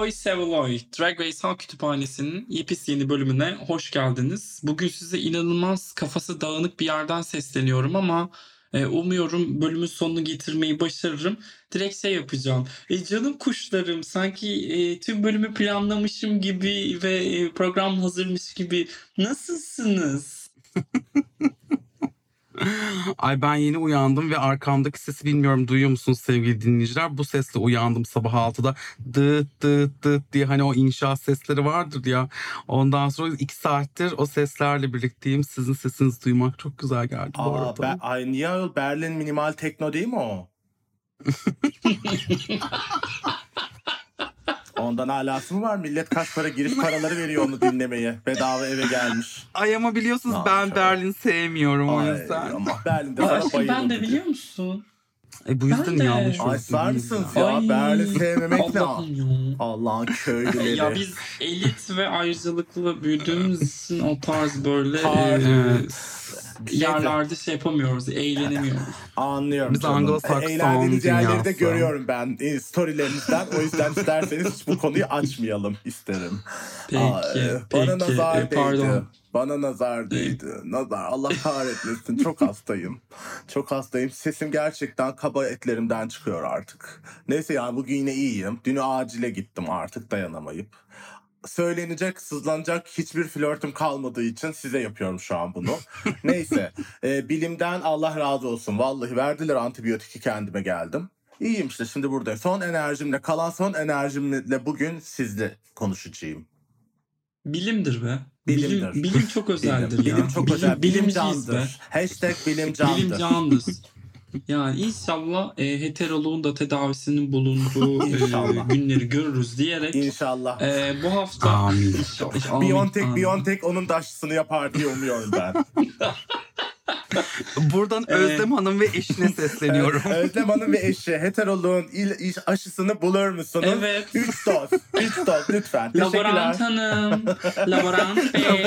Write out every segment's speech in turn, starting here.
Aloy Sevaloy, Drag Race Halk Kütüphanesi'nin yepyeni bölümüne hoş geldiniz. Bugün size inanılmaz kafası dağınık bir yerden sesleniyorum ama umuyorum bölümün sonunu getirmeyi başarırım. Direkt şey yapacağım. Canım kuşlarım, sanki tüm bölümü planlamışım gibi ve program hazırmış gibi. Nasılsınız? Ay ben yeni uyandım ve arkamdaki sesi bilmiyorum duyuyor musunuz sevgili dinleyiciler? Bu sesle uyandım sabah 6'da. Dıt dıt dıt diye hani o inşaat sesleri vardır ya. Ondan sonra 2 saattir o seslerle birlikteyim. Sizin sesinizi duymak çok güzel geldi bu arada. Ay niye ayol, Berlin minimal tekno değil mi o? Ondan alası mı var? Millet kaç para giriş paraları veriyor onu dinlemeye. Bedava eve gelmiş. Ay ama biliyorsunuz Ne ben yapacağım? Berlin sevmiyorum o yüzden. Ama Berlin'de sana Aşkım bayıldım. ben de biliyor musun? Bu yüzden Ben de. yanlış Ay oldu. sar mısınız ya? Ay, Berlin sevmemek ne? Allah'ım ya. Allah'ın köylüleri. Ya biz elit ve ayrıcalıklı büyüdüğümüz için o tarz böyle yerlerde şey yapamıyoruz, eğlenemiyoruz. Anlıyorum Biz canım. Anglo-Sakson Eğlendiğiniz yerleri de dünyası. görüyorum ben storylerinizden. O yüzden isterseniz hiç bu konuyu açmayalım isterim. Bana nazar değdi. Pardon. Bana nazar değdi. Nazar. Allah kahretmesin. Çok hastayım. Çok hastayım. Sesim gerçekten kaba etlerimden çıkıyor artık. Neyse yani bugün yine iyiyim. Dün acile gittim artık dayanamayıp. Söylenecek, sızlanacak hiçbir flörtüm kalmadığı için size yapıyorum şu an bunu. Neyse. Bilimden Allah razı olsun. Vallahi verdiler antibiyotiki, kendime geldim. İyiyim işte, şimdi buradayım. Kalan son enerjimle bugün sizle konuşacağım. Bilimdir be. Bilimdir. Bilim çok özeldir ya. Bilim çok özel. Bilim bilimciyiz be. candır. Hashtag bilim candır. Bilim candır. Yani inşallah heteroluğun da tedavisinin bulunduğu İnşallah. günleri görürüz diyerek İnşallah. bu hafta Amin. BioNTech onun da aşısını yapar diye umuyorum ben. Buradan Özlem Hanım ve eşine sesleniyorum. Özlem Hanım ve eşi heteroluğun aşısını bulur musunuz? Evet. 3 doz. 3 doz lütfen. Laborant Teşekkürler. hanım, laborant bey.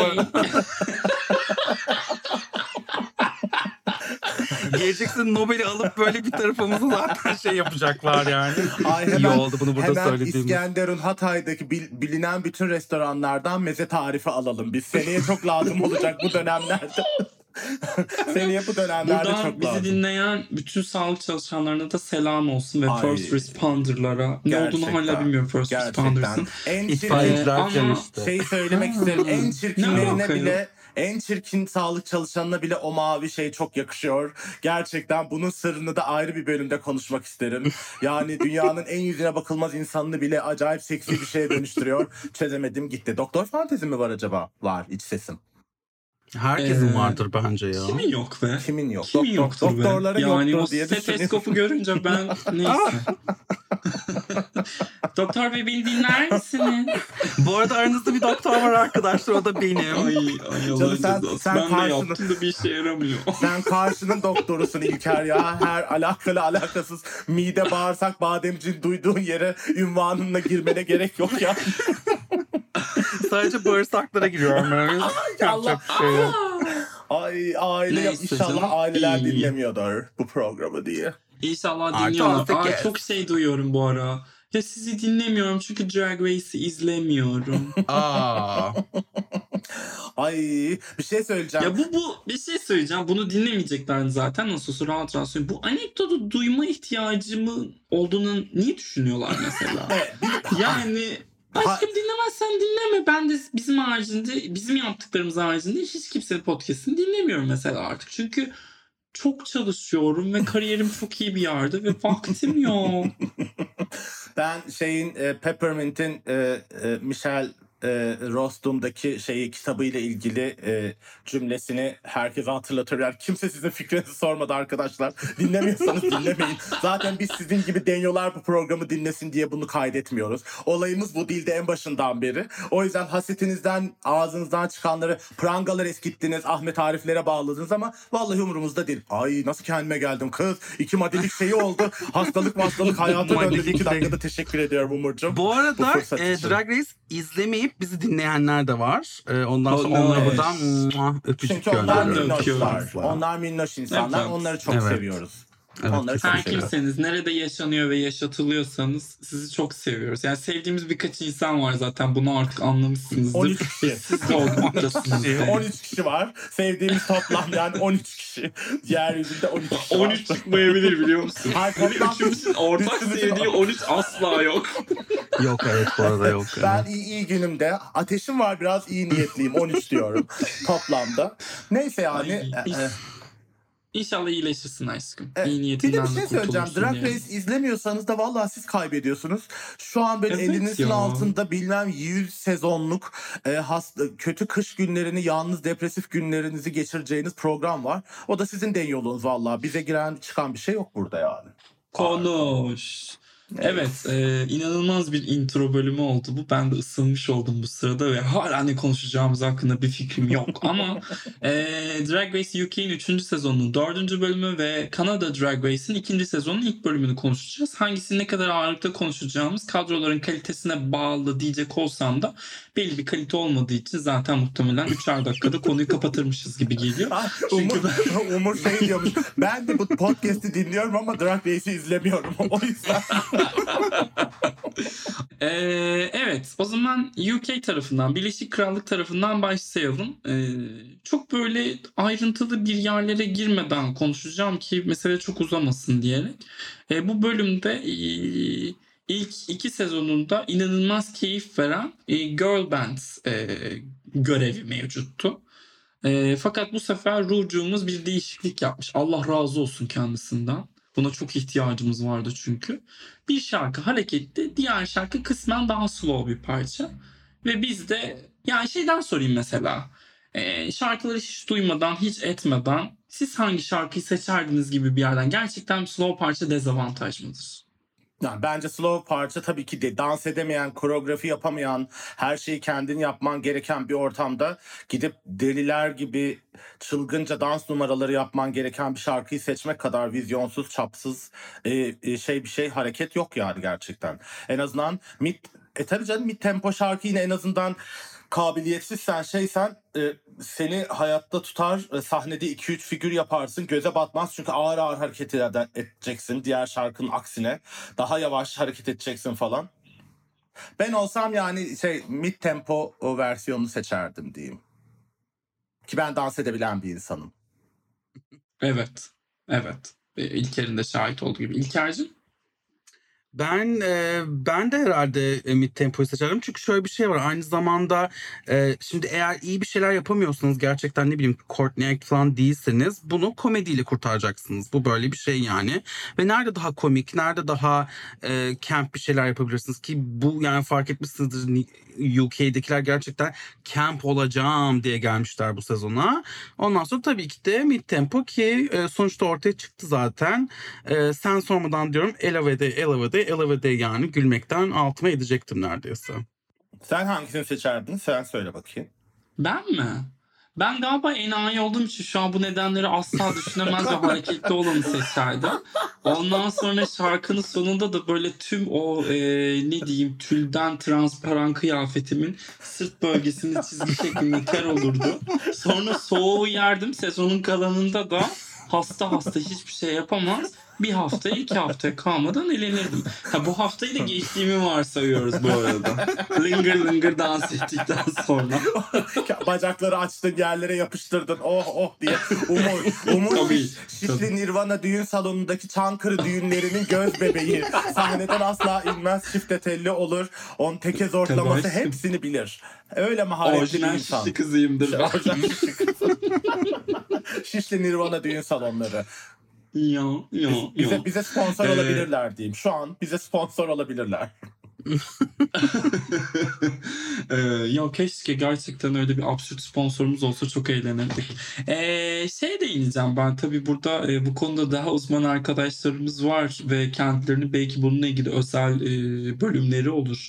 Geleceksin Nobel'i alıp böyle bir tarafımızı zaten şey yapacaklar yani. Ay, İyi oldu bunu burada hemen söylediğimiz. İskenderun Hatay'daki bilinen bütün restoranlardan meze tarifi alalım. Biz seneye çok lazım olacak bu dönemlerde. Seneye bu dönemlerde Buradan çok bizi lazım. dinleyen bütün sağlık çalışanlarına da selam olsun ve Ay, first responder'lara. Ne olduğunu hala gerçekten, bilmiyorum first responders'ın. En çirkin İtfaiyeciler ama işte. şeyi söylemek isterim. En Ne çirkinlerine alaka ya? bile, en çirkin sağlık çalışanına bile o mavi şey çok yakışıyor. Gerçekten bunun sırrını da ayrı bir bölümde konuşmak isterim. Yani dünyanın en yüzüne bakılmaz insanını bile acayip seksi bir şeye dönüştürüyor. Çözemedim gitti. Doktor fantezi mi var acaba? Var, iç sesim. Herkesin vardır bence ya. Kimin yok be? Kimin yok? Kimin yoktur be? Doktorlara Yani o yoktur diye stetoskopu görünce ben neyse. Doktor bey beni dinler misiniz? Bu arada aranızda bir doktor var arkadaşlar, o da benim. Ay Allah'ın sen cezası. Ben de karşını- yaptım da bir işe yaramıyor. Sen karşının doktorusun İlker ya. Her alakasız mide, bağırsak, bademcin duyduğun yere ünvanınla girmene gerek yok ya. Sadece bağırsaklara giriyorum ben. Yapacak bir şey yok. Ay aile Neyse inşallah canım, aileler iyi. dinlemiyordur bu programı diye. İnşallah Artı dinliyorlar. 18. Çok şey duyuyorum bu ara. Ya sizi dinlemiyorum çünkü Drag Race'i izlemiyorum. Aa. Ay bir şey söyleyeceğim. Ya bu bir şey söyleyeceğim. Bunu dinlemeyecekler zaten, nasıl olsa rahat rahat söyleyeyim. Bu anekdotu duyma ihtiyacımı olduğunu niye düşünüyorlar mesela? Yani aşkım dinlemezsen dinleme. Ben de bizim yaptıklarımız haricinde hiç kimsenin podcast'ini dinlemiyorum mesela artık. Çünkü çok çalışıyorum ve kariyerim çok iyi bir yerde ve vaktim yok. Ben Peppermint'in Michelle Rostum'daki kitabıyla ilgili cümlesini herkese hatırlatır. Yani kimse sizin fikrinizi sormadı arkadaşlar. Dinlemiyorsanız dinlemeyin. Zaten biz sizin gibi deniyorlar bu programı dinlesin diye bunu kaydetmiyoruz. Olayımız bu değildi en başından beri. O yüzden hasetinizden, ağzınızdan çıkanları, prangalar eskittiniz, Ahmet Arif'lere bağladınız ama vallahi umurumuzda değil. Ay nasıl kendime geldim kız. 2 maddelik şeyi oldu. Hastalık hayata döndü. Maddelik 2 dakikada teşekkür ediyorum Umurcuğum. Bu arada fırsat için. Drag Race izlemeyip bizi dinleyenler de var. Ondan sonra Oh, onlara nice. buradan öpücük Çünkü onlar gönderiyorum. minnoşlar. öpüyorum. Onlar minnoş insanlar. Evet. Onları çok Evet. seviyoruz. Evet, Onları çok Her kesinlikle. seviyorum. kimseniz, nerede yaşanıyor ve yaşatılıyorsanız sizi çok seviyoruz. Yani sevdiğimiz birkaç insan var zaten, bunu artık anlamışsınızdır. 13 Ve kişi. siz de o gruptasınız. 13 kişi var. Sevdiğimiz toplam yani 13 kişi. Yeryüzünde 13 kişi var. 13 çıkmayabilir biliyor musun? Hayır, Böyle toplam üçümüzün ortak üçümüzün- sevdiği 13 asla yok. Yok, evet, bu arada yok. Ben Evet. iyi günümde ateşim var, biraz iyi niyetliyim, 13 diyorum toplamda. Neyse yani. Ay, İnşallah iyileşirsin aşkım. İyi Bir de niyetinden bir de şey söyleyeceğim. kurtulursun Drag diye. Race izlemiyorsanız da vallahi siz kaybediyorsunuz. Şu an böyle Evet elinizin ya. altında bilmem 100 sezonluk kötü kış günlerini, yalnız depresif günlerinizi geçireceğiniz program var. O da sizin de yolunuz vallahi. Bize giren çıkan bir şey yok burada yani. Konuş. Evet, inanılmaz bir intro bölümü oldu bu. Ben de ısınmış oldum bu sırada ve hala ne konuşacağımız hakkında bir fikrim yok. Ama Drag Race UK'nin 3. sezonunun 4. bölümü ve Kanada Drag Race'in 2. sezonunun ilk bölümünü konuşacağız. Hangisini ne kadar ağırlıkta konuşacağımız kadroların kalitesine bağlı diyecek olsam da belli bir kalite olmadığı için zaten muhtemelen 3'er dakikada konuyu kapatırmışız gibi geliyor. Çünkü Umur şey diyormuş. Ben de bu podcast'i dinliyorum ama Drag Race'i izlemiyorum. O yüzden. Evet, o zaman UK tarafından, Birleşik Krallık tarafından başlayalım. Çok böyle ayrıntılı bir yerlere girmeden konuşacağım ki mesele çok uzamasın diyerek. Bu bölümde ilk 2 sezonunda inanılmaz keyif veren girl band görevi mevcuttu. Fakat bu sefer Ru'cuğumuz bir değişiklik yapmış. Allah razı olsun kendisinden. Buna çok ihtiyacımız vardı çünkü. Bir şarkı hareketli, diğer şarkı kısmen daha slow bir parça. Ve biz de yani şeyden sorayım mesela. Şarkıları hiç duymadan, hiç etmeden siz hangi şarkıyı seçerdiniz gibi bir yerden. Gerçekten slow parça dezavantaj mıdır? Yani bence slow parça tabii ki de dans edemeyen, koreografi yapamayan, her şeyi kendin yapman gereken bir ortamda gidip deliler gibi çılgınca dans numaraları yapman gereken bir şarkıyı seçmek kadar vizyonsuz, çapsız bir şey hareket yok yani gerçekten. En azından tabii canım mid tempo şarkı yine en azından kabiliyetsizsen seni hayatta tutar, sahnede 2-3 figür yaparsın, göze batmaz çünkü ağır ağır hareket edeceksin diğer şarkının aksine, daha yavaş hareket edeceksin falan. Ben olsam yani mid tempo o versiyonunu seçerdim diyeyim. Ki ben dans edebilen bir insanım. Evet. İlker'in de şahit olduğu gibi. İlker'cim? Ben de herhalde mid tempoyu seçerim. Çünkü şöyle bir şey var. Aynı zamanda şimdi eğer iyi bir şeyler yapamıyorsanız, gerçekten ne bileyim Courtney Act falan değilseniz, bunu komediyle kurtaracaksınız. Bu böyle bir şey yani. Ve nerede daha komik, nerede daha camp bir şeyler yapabilirsiniz ki bu, yani fark etmişsinizdir, UK'dekiler gerçekten camp olacağım diye gelmişler bu sezona. Ondan sonra tabii ki de mid tempo ki sonuçta ortaya çıktı zaten. Sen sormadan diyorum elevede yani gülmekten altıma edecektim neredeyse. Sen hangisini seçerdin? Sen söyle bakayım. Ben mi? Ben galiba enayi olduğum için şu an bu nedenleri asla düşünemez ve hareketli olanı seçerdim. Ondan sonra şarkının sonunda da böyle tüm o ne diyeyim tülden transparan kıyafetimin sırt bölgesini çizgi şeklinde ter olurdu. Sonra soğuğu yerdim. Sezonun kalanında da hasta hiçbir şey yapamaz. Bir hafta 2 hafta kalmadan elenirdim. Bu haftayı da geçtiğimi varsayıyoruz bu arada. Lıngır dans ettikten sonra. Bacakları açtın, yerlere yapıştırdın. Oh diye. Umur Tabii. Şişli Nirvana düğün salonundaki Çankırı düğünlerinin göz bebeği. Sahneden asla inmez, çifte telli olur. On teke zorlaması Tabii. hepsini bilir. Öyle maharetli bir Orijinal insan. Şişli kızıyımdır ben. Orijinal Şişli kızı. Şişli Nirvana düğün salonları. Ya. Bize sponsor olabilirler diyeyim. Şu an bize sponsor olabilirler. Ya keşke gerçekten öyle bir absürt sponsorumuz olsa, çok eğlenirdik. Değineceğim ben tabii burada bu konuda daha uzman arkadaşlarımız var ve kendilerinin belki bununla ilgili özel bölümleri olur.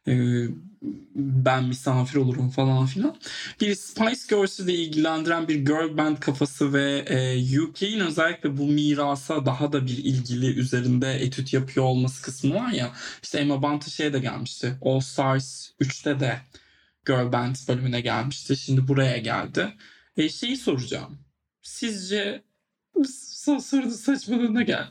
Ben misafir olurum falan filan. Bir Spice Girls'ü de ilgilendiren bir girl band kafası ve UK'in özellikle bu mirasa daha da bir ilgili üzerinde etüt yapıyor olması kısmı var ya. İşte Emma Bunton şeye de gelmişti. All Stars 3'te de girl band bölümüne gelmişti. Şimdi buraya geldi. Şeyi soracağım. Sizce Son sorunun saçmalığına gel.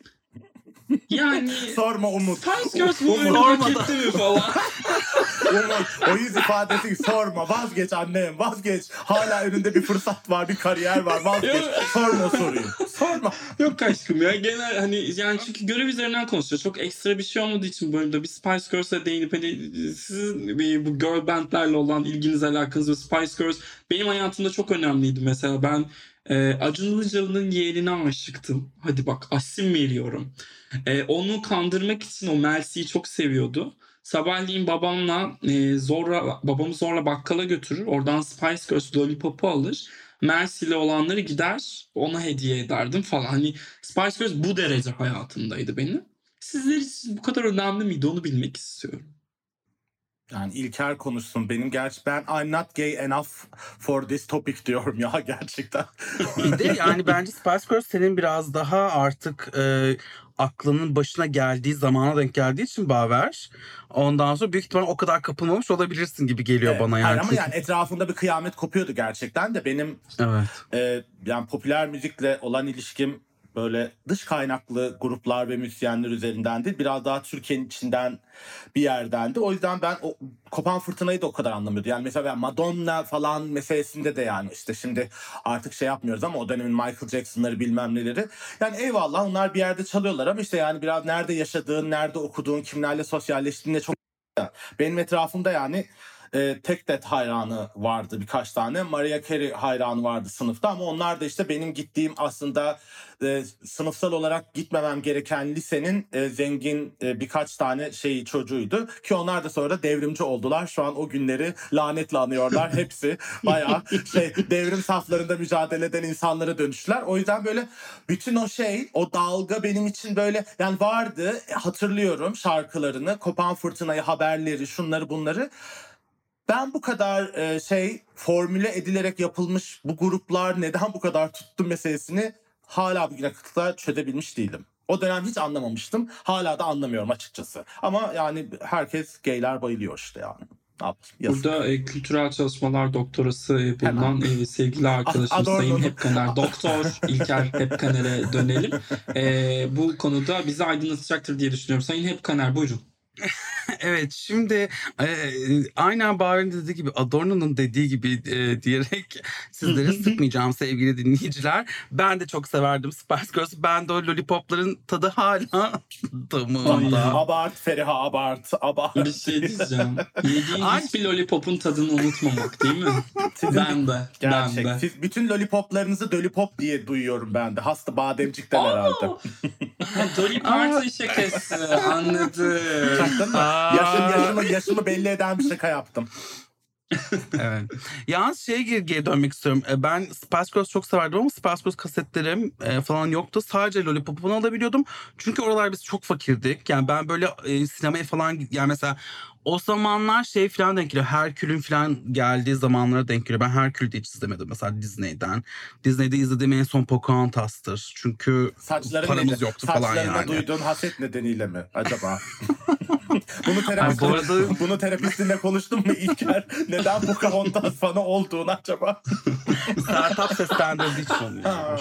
Yani Sorma Umut. Spice Girls bu Umut. oyunu hak etti mi falan? Umut, o yüz ifadesi sorma. Vazgeç annem, vazgeç. Hala önünde bir fırsat var, bir kariyer var. Vazgeç. Sorma o soruyu. Sorma. Yok aşkım ya, genel hani yani çünkü görev üzerinden konuşuyor. Çok ekstra bir şey olmadığı için bölümde bir Spice Girls'e değinip hani sizin bu girl bandlerle olan ilginiz, alakanız ve Spice Girls benim hayatımda çok önemliydi. Mesela ben Acun Ilıcalı'nın yeğenine aşıktım. Hadi bak, isim veriyorum. Onu kandırmak için o Melsi'yi çok seviyordu. Sabahleyin babamı zorla bakkala götürür. Oradan Spice Girls Lollipop'u alır. Mercy ile olanları gider ona hediye ederdim falan. Hani Spice Girls bu derece hayatımdaydı benim. Sizler için bu kadar önemli miydi, onu bilmek istiyorum. Yani İlker konuşsun. Ben I'm not gay enough for this topic diyorum ya gerçekten. Bir de yani bence Spice Girls senin biraz daha artık aklının başına geldiği zamana denk geldiği için Baver. Ondan sonra büyük ihtimal o kadar kapılmamış olabilirsin gibi geliyor bana yani. Hayır ama yani etrafında bir kıyamet kopuyordu gerçekten de benim yani popüler müzikle olan ilişkim böyle dış kaynaklı gruplar ve müzisyenler üzerinden değil, biraz daha Türkiye'nin içinden bir yerdendi. O yüzden ben o kopan fırtınayı da o kadar anlamıyordum. Yani mesela Madonna falan meselesinde de yani işte şimdi artık şey yapmıyoruz ama o dönemin Michael Jackson'ları bilmem neleri. Yani eyvallah onlar bir yerde çalıyorlar ama işte yani biraz nerede yaşadığın, nerede okuduğun, kimlerle sosyalleştiğinle çok... Benim etrafımda yani Tek That hayranı vardı birkaç tane. Mariah Carey hayranı vardı sınıfta ama onlar da işte benim gittiğim aslında sınıfsal olarak gitmemem gereken lisenin zengin birkaç tane çocuğuydu. Ki onlar da sonra devrimci oldular. Şu an o günleri lanetle anıyorlar. Hepsi bayağı devrim saflarında mücadele eden insanlara dönüştüler. O yüzden böyle bütün o dalga benim için böyle yani vardı. Hatırlıyorum şarkılarını, Kopan Fırtınayı, haberleri, şunları bunları. Ben bu kadar formüle edilerek yapılmış bu gruplar neden bu kadar tuttu meselesini hala bugüne kadar çözebilmiş değilim. O dönem hiç anlamamıştım. Hala da anlamıyorum açıkçası. Ama yani herkes gayler bayılıyor işte yani. Burada kültürel çalışmalar doktorası yapılan sevgili arkadaşım Sayın Hepkaner, Doktor İlker Hepkaner'e dönelim. Bu konuda bizi aydınlatacaktır diye düşünüyorum. Sayın Hepkaner, buyurun. Evet, şimdi aynen Bahar'ın dediği gibi, Adorno'nun dediği gibi diyerek sizleri sıkmayacağım sevgili dinleyiciler. Ben de çok severdim Spice Girls. Ben de o lollipopların tadı hala damağımda. Abart Feriha, abart. Bir şey diyeceğim. Yediğin hiçbir lollipopun tadını unutmamak değil mi? Ben de. Gerçek. Ben de. Siz bütün lollipoplarınızı Lollipop diye duyuyorum ben de. Hasta bademcikten herhalde. Dolly Parton şakası, anladım. Yaşımı belli eden bir şaka yaptım. Evet. Yalnız geri dönmek istiyorum. Ben Spice Girls çok severdim ama Spice Girls kasetlerim falan yoktu. Sadece Lollipop'unu alabiliyordum. Çünkü oralar biz çok fakirdik. Yani ben böyle sinemaya falan yani mesela o zamanlar falan denk geliyor. Herkül'ün falan geldiği zamanlara denk geliyor. Ben Herkül'ü de hiç izlemedim mesela Disney'den. Disney'de izlediğim en son Pocahontas'tır. Çünkü paramız yoktu falan yani. Saçlarına duyduğun haset nedeniyle mi acaba? Bunu terapistinle konuştun mu İlker? Neden Pocahontas fanı olduğunu acaba? Sertab seslendirdiği için oluyor.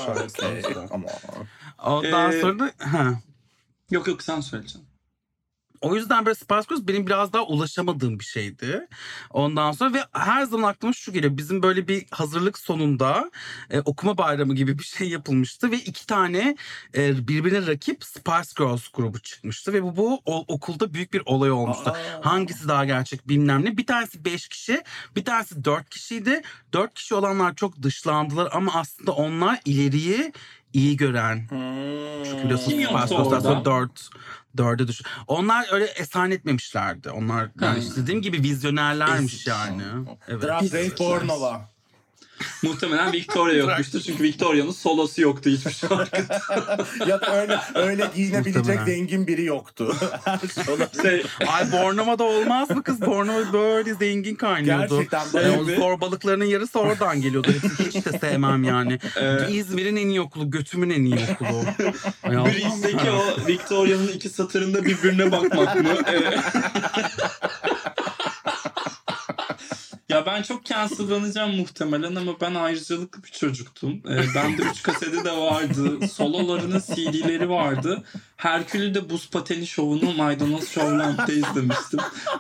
Ondan sonra da... Yok sen söyleyeceksin. O yüzden böyle Spice Girls benim biraz daha ulaşamadığım bir şeydi. Ondan sonra ve her zaman aklıma şu geliyor. Bizim böyle bir hazırlık sonunda okuma bayramı gibi bir şey yapılmıştı. Ve 2 tane birbirine rakip Spice Girls grubu çıkmıştı. Ve bu okulda büyük bir olay olmuştu. Hangisi daha gerçek bilmem ne. Bir tanesi 5 kişi, bir tanesi 4 kişiydi. 4 kişi olanlar çok dışlandılar ama aslında onlar ileriyi iyi gören. Çünkü biliyorsunuz Spice Girls'lar 4'e düş. Onlar öyle esan etmemişlerdi. Onlar yani dediğim gibi vizyonerlermiş yani. Evet. Drag Race Bornova. Muhtemelen Victoria yokmuştur. Çünkü Victoria'nın solosu yoktu hiçbir şarkıda. Ya da öyle giyinebilecek zengin biri yoktu. Ay Bornova'da olmaz mı kız? Bornova böyle zengin kaynıyordu. Gerçekten böyle. Zorbalıklarının yarısı oradan geliyordu. Hiç de sevmem yani. İzmir'in en iyi okulu, götümün en iyi okulu. Breeze'deki o Victoria'nın 2 satırında birbirine bakmak mı? Ya Ben çok cancellanacağım muhtemelen ama ben ayrıcalıklı bir çocuktum. Bende 3 kaseti de vardı. Sololarının CD'leri vardı. Herkül'ü de buz pateni şovunu Maydanoz Showland'da izlemiştim.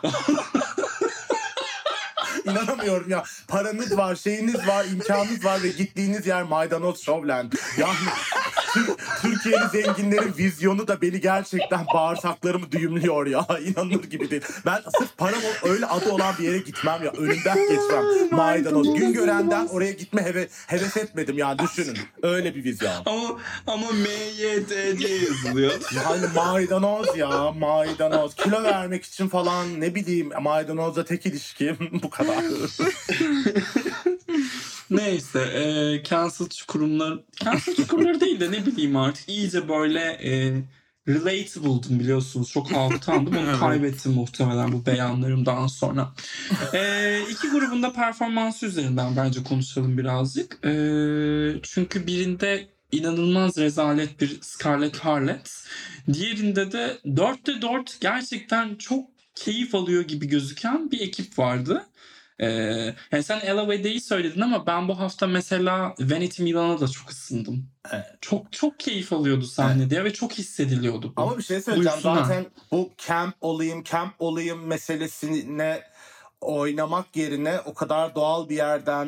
İnanamıyorum ya. Paranız var, şeyiniz var, imkanınız var ve gittiğiniz yer Maydanoz Showland. Yani Türkiye'li zenginlerin vizyonu da beni gerçekten bağırsaklarımı düğümlüyor ya. İnanılır gibi değil. Ben sırf param öyle adı olan bir yere gitmem ya. Önünden geçmem. Maydanoz. Güngören'den oraya gitme heves etmedim yani, düşünün. Öyle bir vizyon. Ama MYTC yazılıyor. Yani maydanoz ya, maydanoz. Kilo vermek için falan, ne bileyim, maydanozla tek ilişkim bu kadar. Neyse, cancel çukurları değil de ne bileyim artık iyice böyle relatable'dım biliyorsunuz. Çok halktandım. Onu kaybettim muhtemelen bu beyanlarımdan sonra. İki grubun da performansı üzerinden bence konuşalım birazcık. Çünkü birinde inanılmaz rezalet bir Scarlett Harlot. Diğerinde de 4'te 4 gerçekten çok keyif alıyor gibi gözüken bir ekip vardı. Yani sen Ella Veda'yı söyledin ama ben bu hafta mesela Vanity Milan'a da çok ısındım. Evet. Çok keyif alıyordu sahnede, evet. Ve çok hissediliyordu bu. Ama bir şey söyleyeceğim. Buyursunlar. Zaten bu camp olayım meselesine oynamak yerine o kadar doğal bir yerden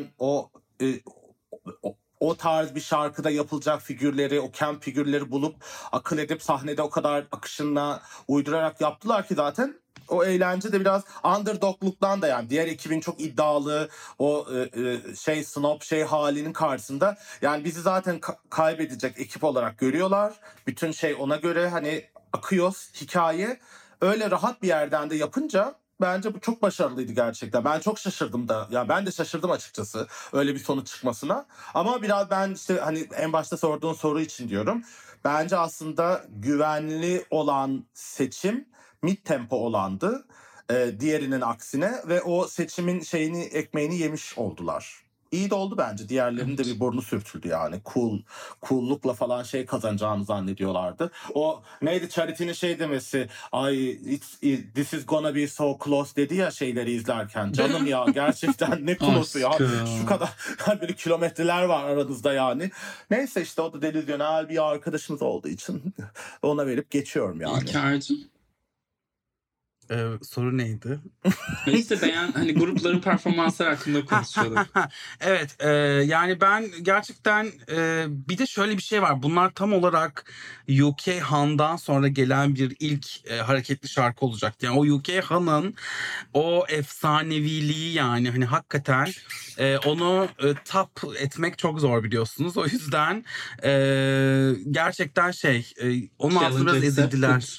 o tarz bir şarkıda yapılacak figürleri, o camp figürleri bulup akıl edip sahnede o kadar akışına uydurarak yaptılar ki zaten o eğlence de biraz underdogluktan da, yani diğer ekibin çok iddialı o snob halinin karşısında, yani bizi zaten kaybedecek ekip olarak görüyorlar. Bütün şey ona göre hani akıyor hikaye. Öyle rahat bir yerden de yapınca bence bu çok başarılıydı gerçekten. Ben çok şaşırdım da. Yani ben de şaşırdım açıkçası öyle bir sonuç çıkmasına. Ama biraz ben işte hani en başta sorduğun soru için diyorum. Bence aslında güvenli olan seçim mid tempo olandı. Diğerinin aksine ve o seçimin ekmeğini yemiş oldular. İyi de oldu bence. Diğerlerinin de bir burnu sürtüldü yani. Cool'lukla falan kazanacağını zannediyorlardı. O neydi, Charity'nin demesi, this is gonna be so close dedi ya şeyleri izlerken. Canım ya, gerçekten ne close'u ya. Şu kadar böyle kilometreler var aranızda yani. Neyse işte o da delüzyonel bir arkadaşımız olduğu için ona verip geçiyorum yani. İlker'cim. Soru neydi? İşte hani grupların performansları hakkında konuşuyorduk. Evet, yani ben gerçekten bir de şöyle bir şey var. Bunlar tam olarak UK Han'dan sonra gelen bir ilk hareketli şarkı olacak. Yani o UK Han'ın o efsaneviliği, yani hani hakikaten onu tap etmek çok zor biliyorsunuz. O yüzden gerçekten onun altında biraz ezildiler.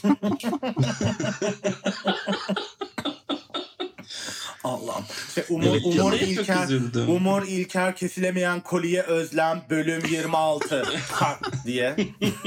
Allah'ım. Umur İlker kesilemeyen kolye özlem bölüm 26 diye.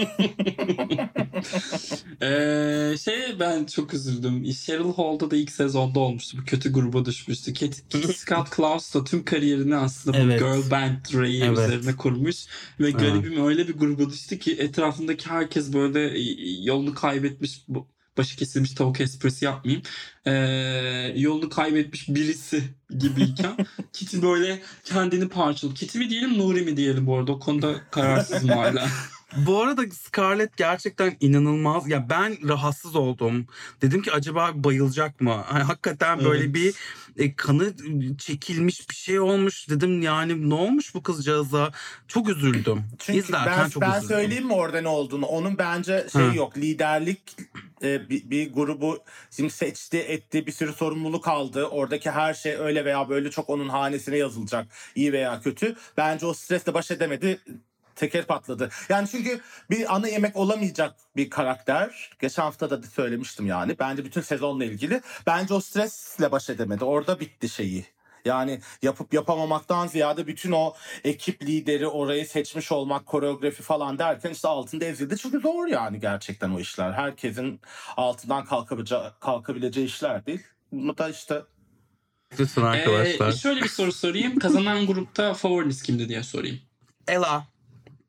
Ben çok üzüldüm. Cheryl Hall'da da ilk sezonda olmuştu. Bu kötü gruba düşmüştü. Kitty Scott Klaus da tüm kariyerini aslında bu girl band Ray'i üzerine kurmuş. Ve garibim öyle bir gruba düştü ki etrafındaki herkes böyle yolunu kaybetmiş, başı kesilmiş tavuk esprisi yapmayayım. Yolunu kaybetmiş birisi gibiyken Kitty böyle kendini parçaladı. Kitty mi diyelim, Nuri mi diyelim bu arada? O konuda kararsızım hala. Bu arada Scarlett gerçekten inanılmaz. Ya ben rahatsız oldum. Dedim ki acaba bayılacak mı? Yani hakikaten böyle bir kanı çekilmiş bir şey olmuş. Dedim yani ne olmuş bu kızcağıza? Çok üzüldüm. Çünkü İzlerken çok ben üzüldüm. söyleyeyim mi orada ne olduğunu? Onun bence yok. Liderlik bir grubu şimdi seçti, etti, bir sürü sorumluluk aldı. Oradaki her şey öyle veya böyle çok onun hanesine yazılacak. İyi veya kötü. Bence o stresle baş edemedi. Teker patladı. Yani çünkü bir ana yemek olamayacak bir karakter. Geçen hafta da söylemiştim yani. Bence bütün sezonla ilgili. Bence o stresle baş edemedi. Orada bitti şeyi. Yani yapıp yapamamaktan ziyade bütün o ekip lideri, orayı seçmiş olmak, koreografi falan derken işte altında ezildi. Çünkü zor yani gerçekten o işler. Herkesin altından kalkabileceği işler değil. Bunu da işte... Lütfen arkadaşlar. Şöyle bir soru sorayım. Kazanan grupta favoriniz kimdi diye sorayım. Ella.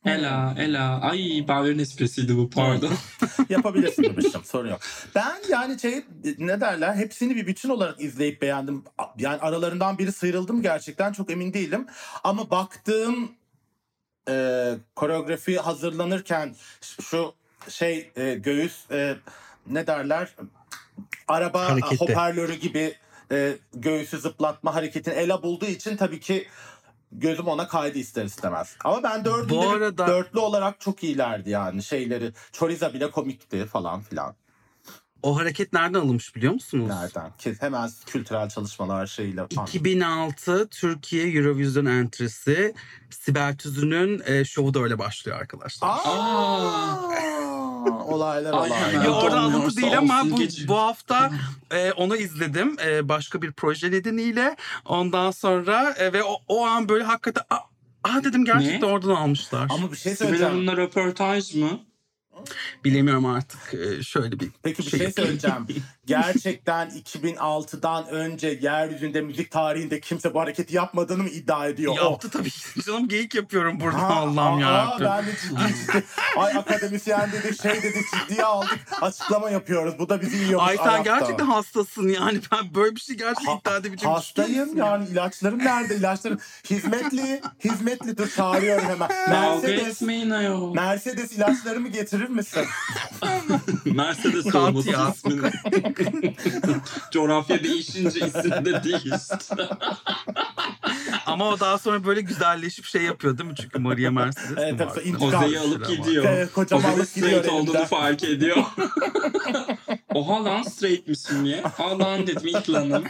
Ela. Ay Bauer'in esprisiydi bu, pardon. Yapabilirsin demiştim, sorun yok. Ben yani ne derler, hepsini bir bütün olarak izleyip beğendim. Yani aralarından biri sıyrıldı mı gerçekten çok emin değilim. Ama baktığım koreografi hazırlanırken şu göğüs ne derler, araba Hareketi. hoparlörü gibi göğüsü zıplatma hareketini Ela bulduğu için tabii ki gözüm ona kaydı ister istemez. Ama ben dörtlü olarak çok iyilerdi yani şeyleri. Choriza bile komikti falan filan. O hareket nereden alınmış biliyor musunuz? Nereden? Hemen kültürel çalışmalar şeyle falan. 2006 Türkiye Eurovision entrisi. Sibel Tüzün'ün şovu da öyle başlıyor arkadaşlar. Olaylar. Ya orada alıntı değil ama bu geçiyor. hafta onu izledim başka bir proje nedeniyle. Ondan sonra ve o an böyle hakikaten dedim gerçekten oradan almışlar. Ama bir şey Sibel söyleyeceğim. Hanım'la röportaj mı? Bilemiyorum artık şöyle bir Peki bir şey söyleyeceğim. Gerçekten 2006'dan önce yeryüzünde müzik tarihinde kimse bu hareketi yapmadığını mı iddia ediyor? Yaptı tabii. Canım geyik yapıyorum burada, Allah'ım yarabbim. Ben de ciddi. Ay akademisyen dedik, dedik, ciddiye aldık. Açıklama yapıyoruz. Bu da bizi yiyormuş Ay sen ayakta. gerçekten hastasın yani. Ben böyle bir şey gerçekten iddia edebileceğim. Hastayım yani, ilaçlarım nerede? İlaçlarım hizmetli dur, çağırıyorum hemen. Kavga etmeyin ayol. Mercedes ilaçlarımı getirir misin? Mercedes Kat olması ya. ismini. Coğrafya değişince isim de değişti. Ama o daha sonra böyle güzelleşip şey yapıyor değil mi? Çünkü Maria Mercedes Evet, mi tabii, vardı? intikam. Oze'yi alıp gidiyor. Evet, kocaman Oze de alıp gidiyor straight olduğunu elinden. fark ediyor. Oha lan straightmişim diye. Lan dedim ilk lanım.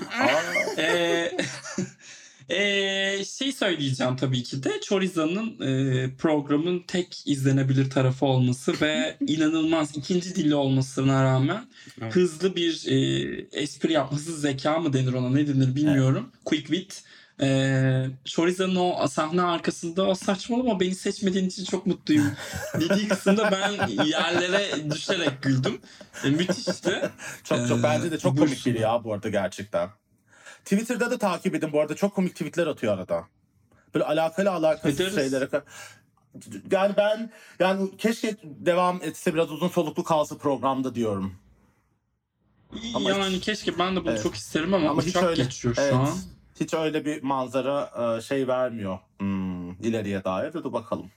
Şey söyleyeceğim tabii ki de Choriza'nın programın tek izlenebilir tarafı olması ve inanılmaz ikinci dili olmasına rağmen Evet. hızlı bir espri yapması, zeka mı denir ona, ne denir bilmiyorum. Quick wit. Choriza'nın o sahne arkasında o saçmalama beni seçmediğin için çok mutluyum dediği kısımda ben yerlere düşerek güldüm. Müthişti. Çok bence de çok komik buyursun. biri ya bu arada gerçekten. Twitter'da da takip edin bu arada, çok komik tweetler atıyor arada. Böyle alakasız Ederiz. şeylere. Yani keşke devam etse, biraz uzun soluklu kalsa programda diyorum. Ama Yani keşke ben de bunu Evet. çok isterim ama Ama hiç uçak öyle. geçiyor Evet. şu an. Hiç öyle bir manzara vermiyor ileriye dair. Dur bakalım.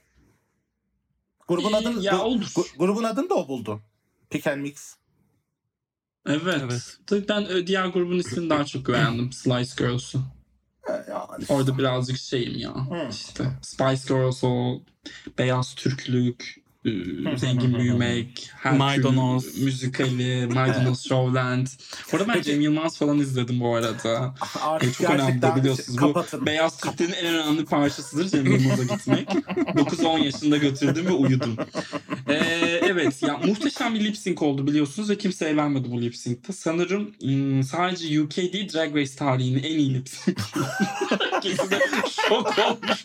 Grubun adını Ya olur. grubun adını da o buldu. Pick and Mix. Evet. Tabii ben diğer grubun ismini daha çok beğendim. Slice Girls'u. Yani. Orada birazcık şeyim ya. İşte Spice Girls, o beyaz Türklük, zengin büyümek, her Maydanoz. türlü müzikali, Maydanoz Showland. Orada ben Peki. Cem Yılmaz falan izledim bu arada. Artık Çok önemli gerçekten biliyorsunuz. Bu kapatın. beyaz Türklerin en önemli parçasıdır Cem Yılmaz'a gitmek. 9-10 yaşında götürdüm ve uyudum. Evet ya, muhteşem bir lip sync oldu biliyorsunuz ve kimse eğlenmedi bu lip sync'te. Sanırım sadece UK değil, Drag Race tarihinin en iyi lip sync. Kesin de şok olmuş.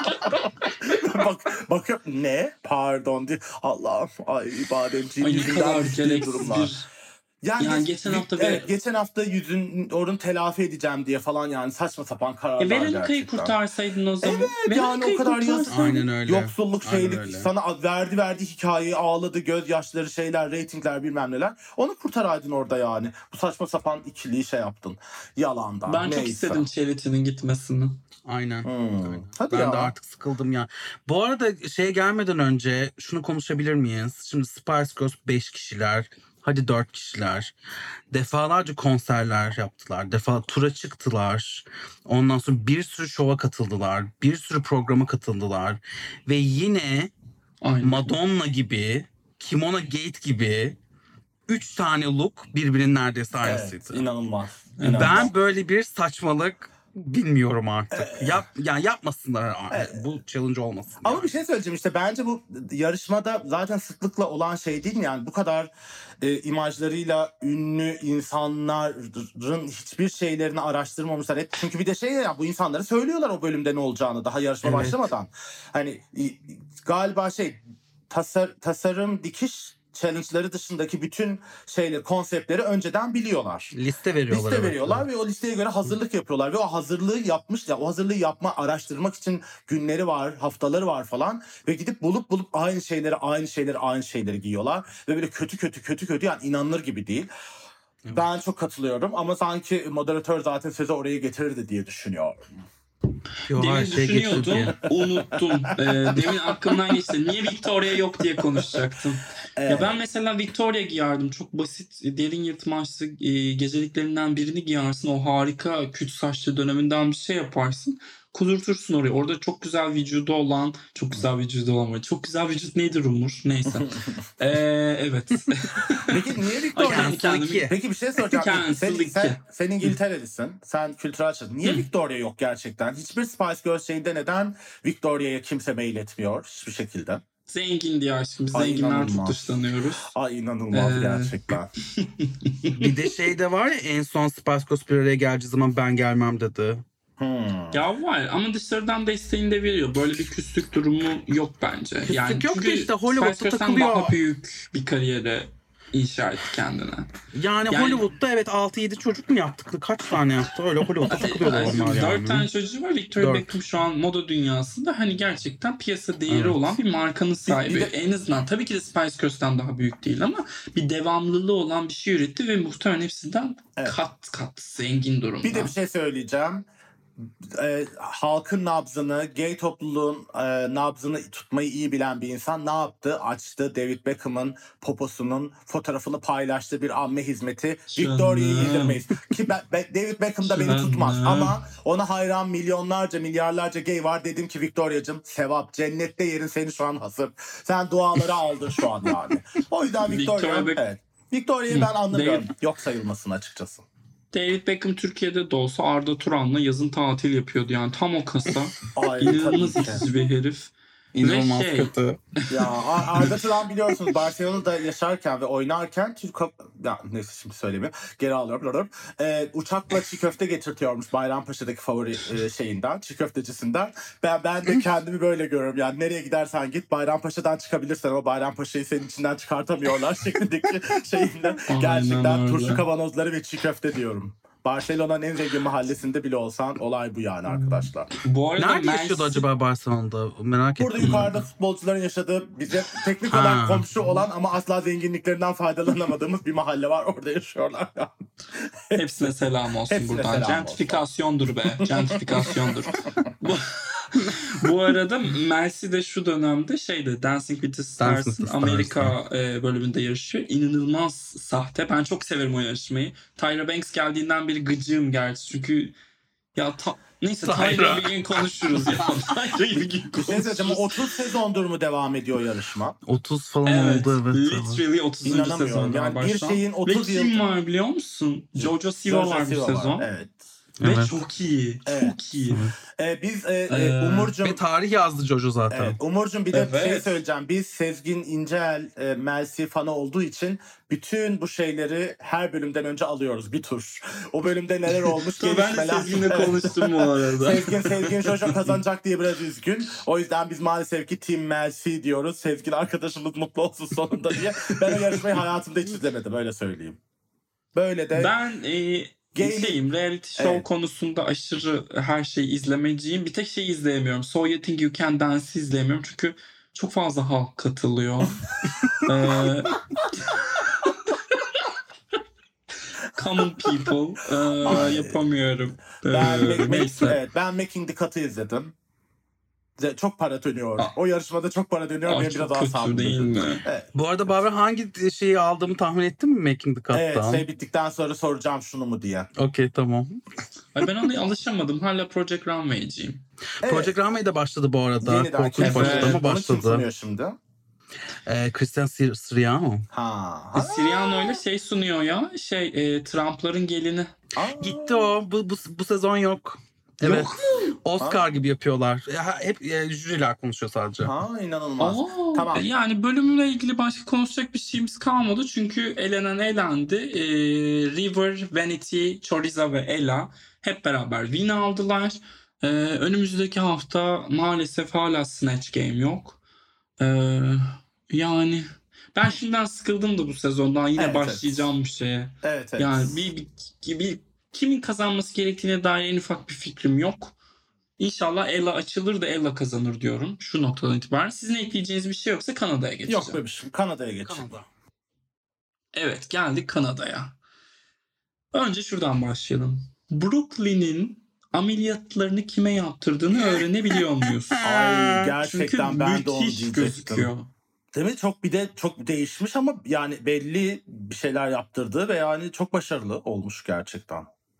Bakıyorum ne? Pardon diye. Allah'ım, ay bademciğim Ay ne yüzünden kadar düştüğü gereksiz durumlar. bir... Yani geçen hafta geçen hafta yüzün orun telafi edeceğim diye falan, yani saçma sapan kararlar Veronica'yı gerçekten. kurtarsaydın o zaman. Evet, yani o kadar yazık. Aynen öyle. Yoksulluk, Aynen şeylik, öyle. sana verdi hikayeyi, ağladı, gözyaşları, şeyler, reytingler, bilmem neler. Onu kurtaraydın orada yani. Bu saçma sapan ikiliyi yaptın. Yalandan. Ben çok neyse. istedim Charity'nin gitmesini. Aynen. Aynen. Hadi Ben ya. de artık sıkıldım ya. Bu arada gelmeden önce şunu konuşabilir miyiz? Şimdi Spice Girls 5 kişiler. Hadi 4 kişiler. Defalarca konserler yaptılar. Tura çıktılar. Ondan sonra bir sürü şova katıldılar. Bir sürü programa katıldılar. Ve yine Aynen. Madonna gibi, Kimono Gate gibi 3 tane look birbirinin neredeyse aynısıydı. Evet, inanılmaz. Ben böyle bir saçmalık bilmiyorum artık. Yapmasınlar. Bu challenge olmasın. Ama yani. bir şey söyleyeceğim, işte bence bu yarışmada zaten sıklıkla olan şey değil mi? Yani bu kadar imajlarıyla ünlü insanların hiçbir şeylerini araştırmamışlar. Çünkü bir de ya, bu insanları söylüyorlar o bölümde ne olacağını daha yarışma Evet. başlamadan. Hani galiba tasarım dikiş challenge'ları dışındaki bütün konseptleri önceden biliyorlar. Liste veriyorlar. Liste veriyorlar ve o listeye göre hazırlık yapıyorlar ve o hazırlığı yapmış ya, o hazırlığı araştırmak için günleri var, haftaları var falan ve gidip bulup aynı şeyleri giyiyorlar ve böyle kötü yani inanılır gibi değil. Evet. Ben çok katılıyorum ama sanki moderatör zaten sözü oraya getirirdi diye düşünüyorum. Demin düşünüyordum, unuttum. Demin aklımdan geçti. Niye Victoria yok diye konuşacaktım. Ya ben mesela Victoria giyerdim. Çok basit, derin yırtmaçlı geceliklerinden birini giyersin. O harika küt saçlı döneminden bir şey yaparsın. Kudurtursun orayı. Orada çok güzel vücudu olan var. Çok güzel vücut nedir Umur? Neyse. Evet. Peki niye Victoria? Peki bir şey soracağım. Sen İngilterelisin. Sen kültürel açıdan. Niye Victoria yok gerçekten? Hiçbir Spice Girls şeyinde neden Victoria'ya kimse mail etmiyor hiçbir şekilde? Zengin diye aşkım. Biz zenginler çok dışlanıyoruz. Ay inanılmaz gerçekten. Bir de de var ya, en son Spice Girls bir araya geleceği zaman ben gelmem dedi. Ya var ama dışarıdan desteğini de veriyor. Böyle bir küslük durumu yok bence. Küslük yok da işte Hollywood'da takılıyor. Daha büyük bir kariyere inşa etti kendine. Yani Hollywood'da evet 6-7 çocuk mu yaptık? Kaç tane yaptı? Öyle Hollywood'da takılıyorlar onlar yani. 4 tane çocuğu var. Victoria Beckham şu an moda dünyasında hani gerçekten piyasa değeri olan bir markanın sahibi. En azından tabii ki de Spice Girls'ten daha büyük değil ama bir devamlılığı olan bir şey üretti ve muhtemelen hepsinden kat zengin durumda. Bir de bir şey söyleyeceğim. Halkın nabzını, gay topluluğun nabzını tutmayı iyi bilen bir insan ne yaptı? Açtı David Beckham'ın poposunun fotoğrafını paylaştı, bir amme hizmeti. Victoria'yı yedirmeyiz. Ki David Beckham da beni tutmaz ama ona hayran milyarlarca gay var. Dedim ki Victoria'cığım sevap, cennette yerin seni şu an hazır. Sen duaları aldın şu an yani. O yüzden Victoria'yı ben anlamıyorum. Yok sayılmasın açıkçası. David Beckham Türkiye'de de olsa Arda Turan'la yazın tatil yapıyordu yani tam o kasa. İnanılmaz itici bir herif. İnanılmaz kötü. Ya Arda Turan biliyorsunuz Barcelona'da yaşarken ve oynarken neyse şimdi söylemeyeyim. Geri alıyorum. Uçakla çiğ köfte getirtiyormuş Bayrampaşa'daki favori şeyinden, çiğ köftecisinden. Ben de kendimi böyle görüyorum. Yani nereye gidersen git Bayrampaşa'dan çıkabilirsen ama Bayrampaşa'yı senin içinden çıkartamıyorlar şeklindeki şeyinde. Gerçekten turşu kavanozları ve çiğ köfte diyorum. Barcelona'nın en zengin mahallesinde bile olsan olay bu yani arkadaşlar. Bu arada nerede yaşıyordu acaba Barcelona'da? Merak ettim. Burada yukarıda futbolcuların yaşadığı, bize teknik olarak komşu olan ama asla zenginliklerinden faydalanamadığımız bir mahalle var. Orada yaşıyorlar. Hepsine selam olsun hepsine buradan. Gentrifikasyondur be. Gentrifikasyondur. Bu arada Mercy de şu dönemde Dancing with the Stars'ın Amerika bölümünde yarışıyor. İnanılmaz sahte. Ben çok severim o yarışmayı. Tyra Banks geldiğinden beri gıcığım gerçi. Çünkü neyse Tyra'yı bir gün konuşuruz ya. Tyra'yı bir gün konuşuruz. 30 sezondur mu devam ediyor yarışma? 30 falan oldu evet. Literally 30. sezonda yani başlar. Bir şeyin 30 yıl. Ve kim var biliyor musun? Jojo Siwa var bu sezon. Evet. Ve çok iyi. Çok iyi. Biz Umurcuğum... Ve tarih yazdı Jojo zaten. Evet, Umurcuğum bir de şey söyleyeceğim. Biz Sezgin İncel Mercy fanı olduğu için bütün bu şeyleri her bölümden önce alıyoruz. Bir tur. O bölümde neler olmuş gelişmeler. Ben Sezgin'le konuştum bu arada. Sezgin Jojo kazanacak diye biraz üzgün. O yüzden biz maalesef ki Team Mercy diyoruz. Sezgin arkadaşımız mutlu olsun sonunda diye. Ben o yarışmayı hayatımda hiç izlemedim öyle söyleyeyim. Böyle de... Ben... reality show konusunda aşırı her şeyi izlemeciyim. Bir tek şey izleyemiyorum. So You Think You Can Dance'i izleyemiyorum. Çünkü çok fazla halk katılıyor. Common people. Yapamıyorum. Ben Making the Cut'ı izledim. Çok para dönüyor. O yarışmada çok para dönüyor. Benim biraz daha sağlıklı değil mi? Evet. Bu arada Barbara hangi şeyi aldığımı tahmin ettin mi Making the Cut'tan? Evet, bittikten sonra soracağım şunu mu diye. Okey tamam. Ben ona alışamadım. Hala Project Runway'ciyim. Evet. Project Runway de başladı bu arada. Yeniden korkunç başladı ama başladı. Onu kim sunuyor şimdi? Christian Siriano. Siriano ile sunuyor ya. Trump'ların gelini. Gitti o. Bu sezon yok. Evet. Yok mu? Oscar gibi yapıyorlar. Hep jüriler konuşuyor sadece. İnanılmaz. Tamam. Yani bölümle ilgili başka konuşacak bir şeyimiz kalmadı. Çünkü elenen elendi. River, Vanity, Choriza ve Ella hep beraber win aldılar. Önümüzdeki hafta maalesef hala Snatch Game yok. Yani Ben şimdiden sıkıldım da bu sezondan. Yine Evet, başlayacağım bir şeye. Evet. Yani bir kimin kazanması gerektiğine dair en ufak bir fikrim yok. İnşallah Ella açılır da Ella kazanır diyorum şu noktadan itibaren. Sizin ekleyeceğiniz bir şey yoksa Kanada'ya geçeceğim. Yok bebişim, Kanada'ya geçelim. Evet, geldik Kanada'ya. Önce şuradan başlayalım. Brooklyn'in ameliyatlarını kime yaptırdığını öğrenebiliyor muyuz? Ay gerçekten Çünkü ben de onu müthiş diyecektim. gözüküyor. Değil mi? Çok değişmiş ama yani belli bir şeyler yaptırdı ve yani çok başarılı olmuş gerçekten.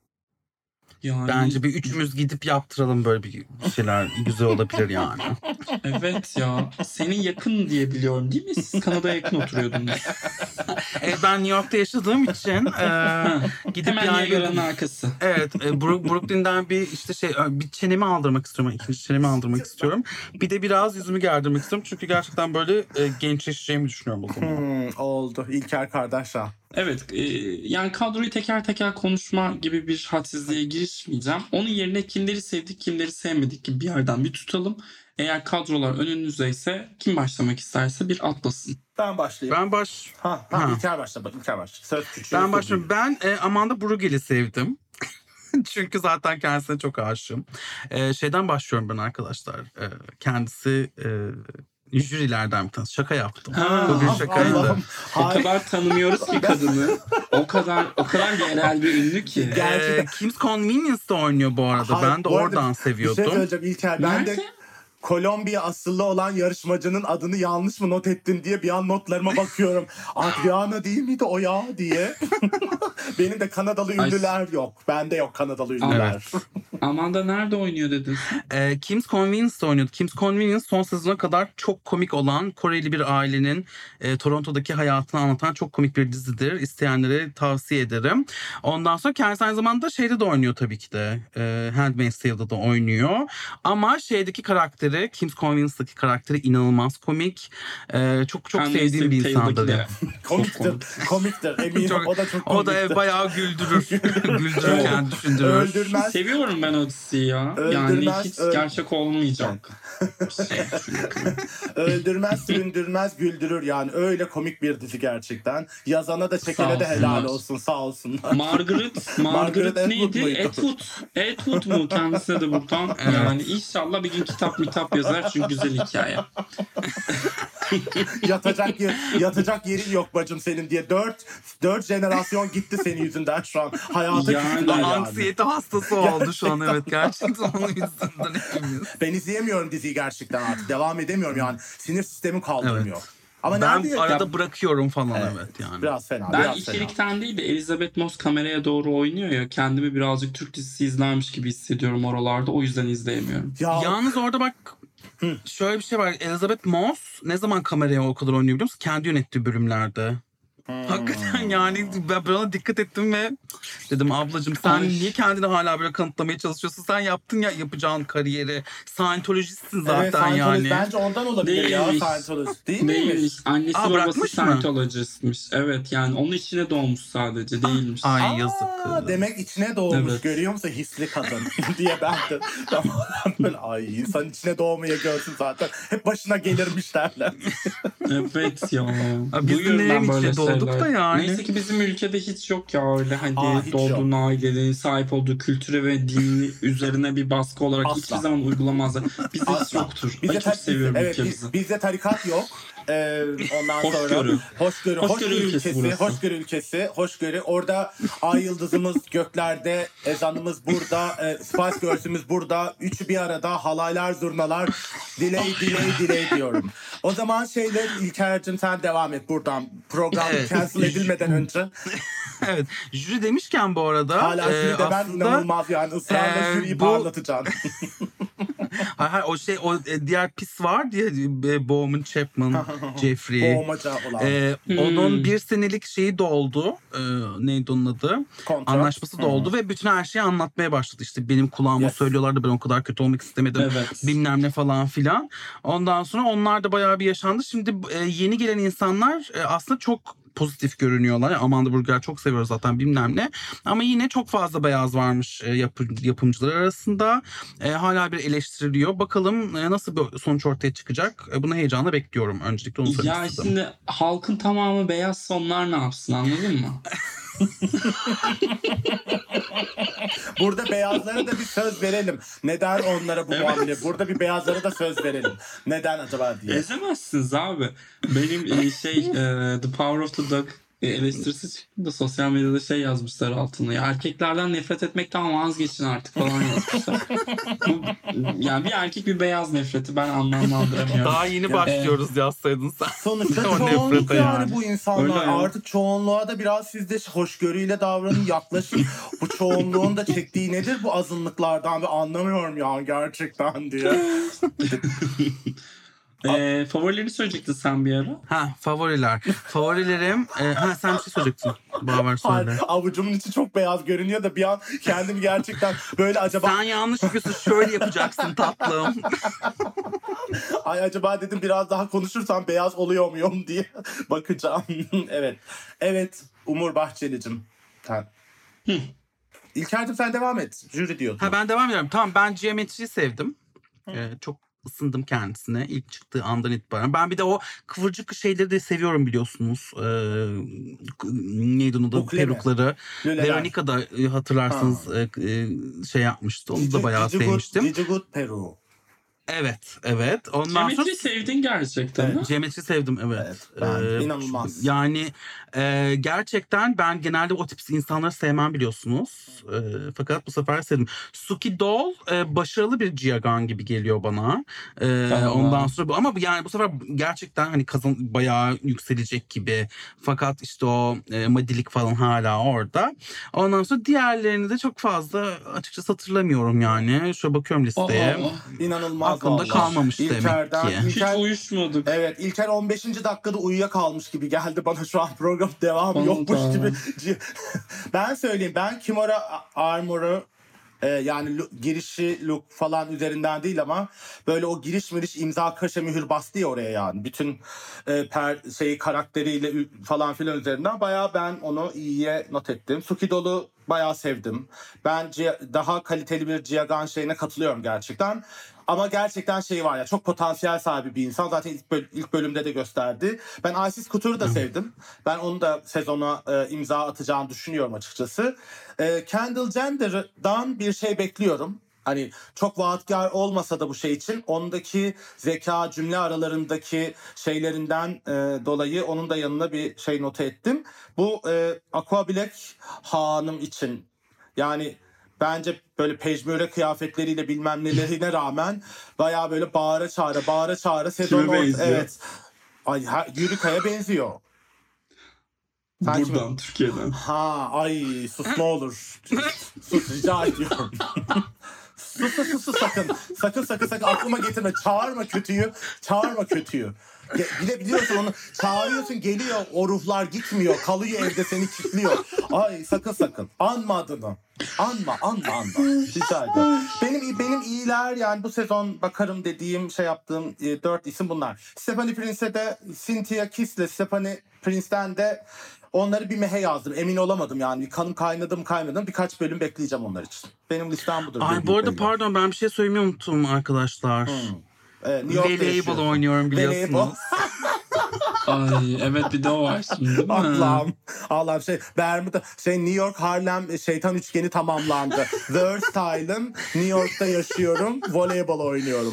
Yani Bence bir üçümüz gidip yaptıralım, böyle bir şeyler güzel olabilir yani. evet ya. Senin yakın diye biliyorum değil mi? Siz Kanada'ya yakın oturuyordunuz. Ben New York'ta yaşadığım için gidip Hemen yani Niagara'nın arkası. evet, Brooklyn'den bir işte bir çenemi aldırmak istiyorum. İkinci çenemi aldırmak istiyorum. Bir de biraz yüzümü gerdirmek istiyorum. Çünkü gerçekten böyle gençleşeceğimi düşünüyorum o zaman. Oldu. İlker kardeşler. Evet, yani kadroyu teker teker konuşma gibi bir hadsizliğe girişmeyeceğim. Onun yerine kimleri sevdik, kimleri sevmedik gibi bir yerden bir tutalım. Eğer kadrolar önünüzdeyse kim başlamak isterse bir atlasın. Ben başlayayım. İlker başla. İlker başla. Söz küçüğü. Ben başlıyorum. Ben Amanda Bruegel'i sevdim. Çünkü zaten kendisine çok aşığım. Şeyden başlıyorum ben arkadaşlar. Kendisi jürilerden bir tanesi. Şaka yaptım. Bu bir şakaydı. Allah'ım. O kadar tanımıyoruz ki kadını. O kadar yerel bir ünlü ki. Gerçekten. Kim's Convenience'da oynuyor bu arada. Hayır, ben de bu arada oradan Bir seviyordum. şey söyleyeceğim İlker. Ben de Nerede? Kolombiya asıllı olan yarışmacının adını yanlış mı not ettin diye bir an notlarıma bakıyorum. Adriana değil miydi o ya diye. Benim de Kanadalı ünlüler yok. Bende yok Kanadalı ünlüler. Amanda nerede oynuyor dedin sen? Kim's Convenience'da oynuyordu. Kim's Convenience son sezona kadar çok komik olan Koreli bir ailenin Toronto'daki hayatını anlatan çok komik bir dizidir. İsteyenlere tavsiye ederim. Ondan sonra kendisi aynı zamanda şeyde de oynuyor tabii ki de. Handmaid's Tale'da da oynuyor. Ama şeydeki karakteri, Kim's Convenience'daki karakteri inanılmaz komik. Çok sevdiğim bir insandır. De. Komiktir. Eminim o da çok komiktir. O da bayağı güldürür. Güldürürken düşündürür. Öldürmez. Seviyorum ben o diziyi ya. Yani hiç gerçek olmayacak. Öldürmez, süründürmez, güldürür yani. Öyle komik bir dizi gerçekten. Yazana da çekene de helal olsun. Sağ olsunlar. Margaret neydi? Atwood mu? Kendisine de buradan. Evet. Yani inşallah bir gün kitap yazar çünkü güzel hikaye. Yatacak yerin yok bacım senin diye. 4 jenerasyon gitti senin yüzünden şu an. Hayata küstüler yani. Anksiyete hastası oldu şu an, evet. Gerçekten onun yüzünden hepimiz. Ben izleyemiyorum diziyi gerçekten artık. Devam edemiyorum yani. Sinir sistemim kaldırmıyor. Evet. Ama Ben nerede arada bırakıyorum falan, evet yani. Biraz fena. Ben biraz içerikten değil de Elizabeth Moss kameraya doğru oynuyor ya. Kendimi birazcık Türk dizisi izlermiş gibi hissediyorum oralarda. O yüzden izleyemiyorum. Ya, Yalnız orada bak şöyle bir şey var. Elizabeth Moss ne zaman kameraya o kadar oynuyor biliyor musun? Kendi yönettiği bölümlerde. Hakikaten yani ben ona dikkat ettim ve dedim ablacığım sen niye kendini hala böyle kanıtlamaya çalışıyorsun? Sen yaptın ya yapacağın kariyeri. Scientologistsin zaten evet, yani. Bence ondan olabilir ya Scientologist. Değil miymiş? Annesi babası bırakmış mı? Scientologist'miş. Evet yani onun içine doğmuş sadece değilmiş. Ay yazık. Demek içine doğmuş. Evet. Görüyor musun hisli kadın diye ben de tamamen böyle ay insan içine doğmaya görsün zaten. Hep başına gelirmiş derler. Evet ya. Biz Duyuyorum nelerin ben böyle içine doğduk şeyler. da yani. Neyse ki bizim ülkede hiç yok ya öyle hani Hiç doğduğun ailenin sahip olduğu kültüre ve dini üzerine bir baskı olarak Asla. hiçbir zaman uygulamazlar. Bizde hiç yoktur. Ay çok seviyorum evet, ülkemizi. bizde tarikat yok. Ondan Hoşgörü. sonra hoşgörü ülkesi, burası. hoşgörü. Orada ay yıldızımız göklerde, ezanımız burada, Spice Girls'ümüz burada. Üçü bir arada, halaylar, zurnalar, delay diyorum. O zaman İlker'cim sen devam et buradan. Program Evet. cancel edilmeden önce. Evet. Jüri demişken bu arada Hala jüri de ben aslında inanılmaz yani ısrarla jüriyi bu- parlatacağım. o diğer pis var diye Bowman Chapman, Jeffrey. Boğmaca olan Onun bir senelik şeyi doldu. Neydi onun adı? kontrat. Anlaşması doldu ve bütün her şeyi anlatmaya başladı. İşte benim kulağıma Yes. söylüyorlardı, ben o kadar kötü olmak istemedim. Evet. Bilmem ne falan filan. Ondan sonra onlar da bayağı bir yaşandı. Şimdi yeni gelen insanlar aslında çok pozitif görünüyorlar. Amanda Burger çok seviyoruz zaten bilmem ne. Ama yine çok fazla beyaz varmış yapımcılar arasında. Hala bir eleştiriliyor. Bakalım nasıl bir sonuç ortaya çıkacak. Bunu heyecanla bekliyorum. Öncelikle onu söylemek Ya istedim. şimdi halkın tamamı beyaz, onlar ne yapsın, anladın mı? Burada beyazlara da bir söz verelim. Neden onlara bu muamele? Burada bir beyazlara da söz verelim. Neden acaba diye. Ezemezsiniz abi. Benim The Power of the Dog eleştirisi çıktı da sosyal medyada şey yazmışlar altına. Ya erkeklerden nefret etmekten vazgeçin artık falan yazmışlar. Bu, yani bir erkek bir beyaz nefreti ben anlamlandıramıyorum. Daha yeni başlıyoruz yazsaydın sen. Sonuçta O çoğunluk nefrete yani bu insanlar. Öyle yani. Artık çoğunluğa da biraz siz de hoşgörüyle davranın, yaklaşın. Bu çoğunluğun da çektiği nedir bu azınlıklardan ve anlamıyorum ya gerçekten diye. Favorilerini söyleyecektin sen bir ara. Favoriler. Favorilerim. Sen bir şey söyleyecektin. Baver söyle. Hayır, avucumun içi çok beyaz görünüyor da bir an kendimi gerçekten böyle acaba... Sen yanlış yapıyorsun. Şöyle yapacaksın tatlım. Ay acaba dedim biraz daha konuşursam beyaz oluyor muyum diye bakacağım. Evet. Evet Umur Bahçeli'cim. Sen. İlker'cim sen devam et. Jüri diyordun. Ben devam ediyorum. Tamam, ben Geometri'yi sevdim. Çok ısındım kendisine ilk çıktığı andan itibaren. Ben bir de o kıvırcık şeyleri de seviyorum biliyorsunuz. Neydi onun da perukları. Veronica'da hatırlarsınız şey yapmıştı. Onu da bayağı sevmiştim. Cici Good Peru. Evet. Ondan sonra Geometri sevdin gerçekten. Evet. Ha? Geometri sevdim evet. Ben inanılmaz. Yani gerçekten ben genelde o tip insanları sevmem biliyorsunuz. Fakat bu sefer sevdim. Suki Doll başarılı bir Jiagan gibi geliyor bana. Ondan sonra ama yani bu sefer gerçekten hani bayağı yükselecek gibi. Fakat işte o madilik falan hala orada. Ondan sonra diğerlerini de çok fazla açıkçası hatırlamıyorum yani. Şöyle bakıyorum listeye. İnanılmaz Aklımda vallahi. kalmamış İlker'den- demek ki. Hiç uyuşmadık. Evet İlker 15. dakikada uyuyakalmış gibi geldi bana şu an program devamı Bana yokmuş da. gibi. Ben söyleyeyim ben Kimura Armor'u yani girişi look falan üzerinden değil ama böyle o giriş imza kaşe mühür bastı ya oraya yani. Bütün karakteriyle falan filan üzerinden bayağı ben onu iyiye not ettim. Suki Doll'u bayağı sevdim. Ben daha kaliteli bir Jiagan şeyine katılıyorum gerçekten. Ama gerçekten şey var ya çok potansiyel sahibi bir insan. Zaten ilk bölümde de gösterdi. Ben Isis Couture'u da sevdim. Ben onu da sezona imza atacağını düşünüyorum açıkçası. Kendall Jenner'dan bir şey bekliyorum. Hani çok vaatkar olmasa da bu şey için ondaki zeka cümle aralarındaki şeylerinden dolayı onun da yanına bir şey not ettim. Bu Aqua Black hanım için yani bence böyle pejmüre kıyafetleriyle bilmem nelerine rağmen bayağı böyle bağıra çağıra sezon benziyor? evet. Ay Yurika'ya benziyor. Buradan Türkiye'den. Ay sus ne olur. Sus rica ediyorum. Sus sakın aklıma getirme. Çağırma kötüyü. Bir de biliyorsun onu çağırıyorsun geliyor o ruhlar gitmiyor kalıyor evde seni kilitliyor. Ay sakın anma adını. Anma. Rica ederim. Benim iyiler yani bu sezon bakarım dediğim şey yaptığım 4 isim bunlar. Stephanie Prince'e de Cynthia Kiss'le Stephanie Prince'ten de onları bir mehe yazdım. Emin olamadım yani. Kanım kaynadı mı kaymadı. Birkaç bölüm bekleyeceğim onlar için. Benim listem budur. Bu arada pardon ben bir şey söylemeyi unuttum arkadaşlar. New York'ta Valuable yaşıyorum. oynuyorum biliyorsunuz. Ay evet bir de o var şimdi değil mi? Allah'ım Bermuda New York Harlem şeytan üçgeni tamamlandı. Versatile'ım New York'ta yaşıyorum. Voleybol oynuyorum.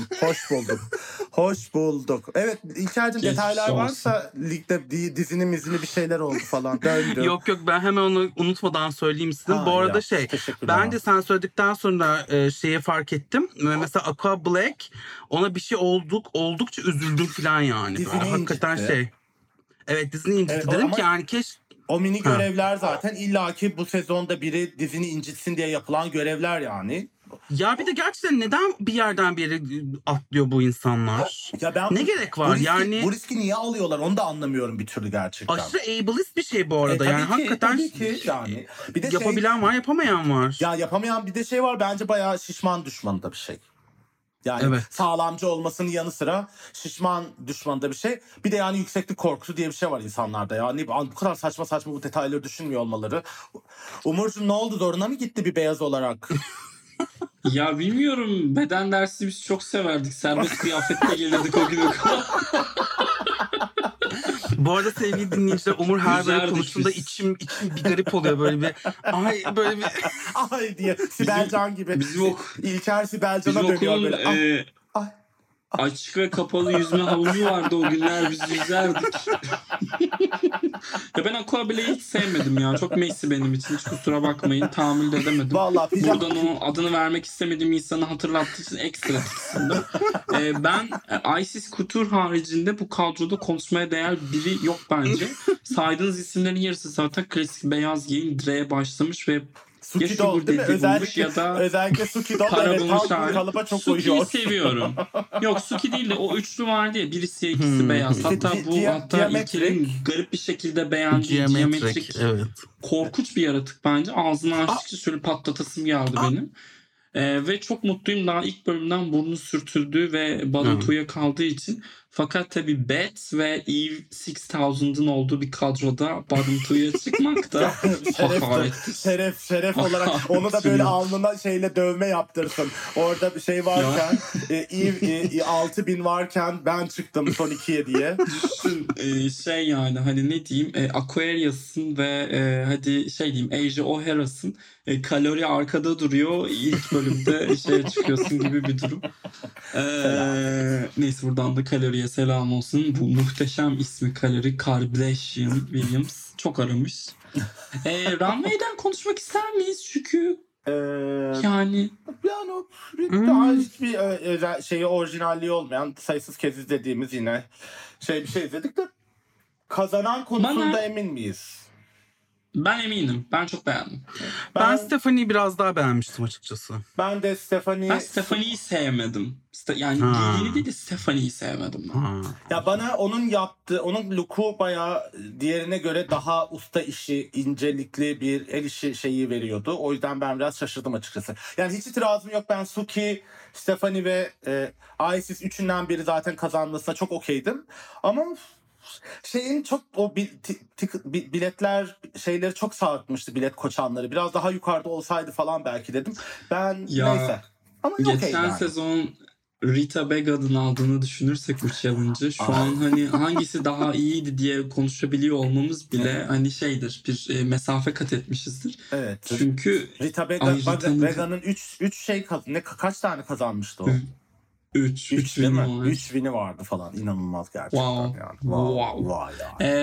Hoş bulduk. Evet İlker'cim detaylar olsun. varsa ligde dizinin bir şeyler oldu falan. Döndü. Yok ben hemen onu unutmadan söyleyeyim size. Bu arada teşekkürler. ben de sen söyledikten sonra şeyi fark ettim. Mesela Aqua Black ona bir şey oldukça üzüldüm falan yani. Dizini Hakikaten incitti. Evet dizini incitti. Evet, Dedim ama- ki yani O mini görevler zaten illaki bu sezonda biri dizini incitsin diye yapılan görevler yani. ya bir de gerçekten neden bir yerden bir yere atlıyor bu insanlar? Ya ben Ne gerek var? Bu riski niye alıyorlar onu da anlamıyorum bir türlü gerçekten. Aşırı ableist bir şey bu arada. Tabii Yani ki, hakikaten tabii ki yani. Bir de yapabilen var, yapamayan var. ya yapamayan bir de şey var bence bayağı şişman düşmanı da bir şey. Yani Evet. sağlamcı olmasının yanı sıra şişman düşmanı da bir şey. Bir de yani yükseklik korkusu diye bir şey var insanlarda. Yani bu kadar saçma saçma bu detayları düşünmüyor olmaları. Umurcuğum ne oldu? Zoruna mı gitti bir beyaz olarak? Ya bilmiyorum, beden dersi biz çok severdik. Serbest kıyafette gelirdik o gün okula. Bu arada sevgili dinleyiciler, Umur her böyle Yüzerdik konuştuğunda biz. içim bir garip oluyor, böyle bir ay böyle bir Ay diye Sibel Can gibi. Bizim İlker Sibel Can'a Bizim dönüyor okulun böyle. Ay. açık ve kapalı yüzme havuzu vardı, o günler biz yüzerdik. Ya ben aquabileyi hiç sevmedim ya. Çok messy benim için. Hiç kusura bakmayın. Tahammül de edemedim. Vallahi pijama... Buradan o adını vermek istemediğim insanı hatırlattığı için ekstra tiksindim. Ben Isis Couture haricinde bu kadroda konuşmaya değer biri yok bence. Saydığınız isimlerin yarısı zaten klasik beyaz giyin, direğe başlamış ve ya Suki Doll sugar değil mi? daddy bulmuş ya Özellikle Suki Doll para evet, bulmuş tam hali. kalıba çok Suki'yi uyuyor. seviyorum. Yok, Suki değil de o üçlü vardı ya, birisi ikisi beyaz. Hatta İlker'in garip bir şekilde beğendiği geometrik evet. korkunç bir yaratık bence. Ağzını açtıkça şöyle patlatasım geldi benim. Ve çok mutluyum, daha ilk bölümden burnu sürtüldü ve Balutu'ya kaldığı için. Fakat tabii Beth ve Eve 6000'ın olduğu bir kadroda Balutu'ya çıkmak da şeref olarak onu da böyle alnına şeyle dövme yaptırsın. Orada bir şey varken Eve 6000 varken ben çıktım son 2'ye diye. Düşün şey yani hani ne diyeyim, Aquarius'ın ve hadi şey diyeyim Asia O'Hara'sın kalori arkada duruyor. İlk bölümde şeye çıkıyorsun gibi bir durum. Neyse buradan da kaloriye selam olsun. Bu muhteşem ismi Kalori Kardashian Williams çok aramış. Runway'den konuşmak ister miyiz? Çünkü yani o daha hiçbir şeyi orijinalliği olmayan sayısız kez izlediğimiz yine bir şey izledik de kazanan konusunda emin miyiz? Ben eminim. Ben çok beğendim. Ben Stephanie'yi biraz daha beğenmiştim açıkçası. Ben de Stephanie'yi sevmedim. Yani giydiğini değil de Stephanie'yi sevmedim ben. Ya bana onun look'u bayağı diğerine göre daha usta işi, incelikli bir el işi şeyi veriyordu. O yüzden ben biraz şaşırdım açıkçası. Yani hiç itirazım yok. Ben Suki, Stephanie ve Isis üçünden biri zaten kazanmasına çok okeydim. Ama çok o biletler şeyleri çok sarkmıştı, bilet koçanları. Biraz daha yukarıda olsaydı falan belki dedim. Neyse. Ama geçen sezon Rita Bega'nın aldığını düşünürsek bu challenge'ı şu an hani hangisi daha iyiydi diye konuşabiliyor olmamız bile hani şeydir, bir mesafe kat etmişizdir. Evet. Çünkü Rita Bega'nın 3 kaç tane kazanmıştı o? 3 win'i vardı falan. İnanılmaz gerçekten yani. Wow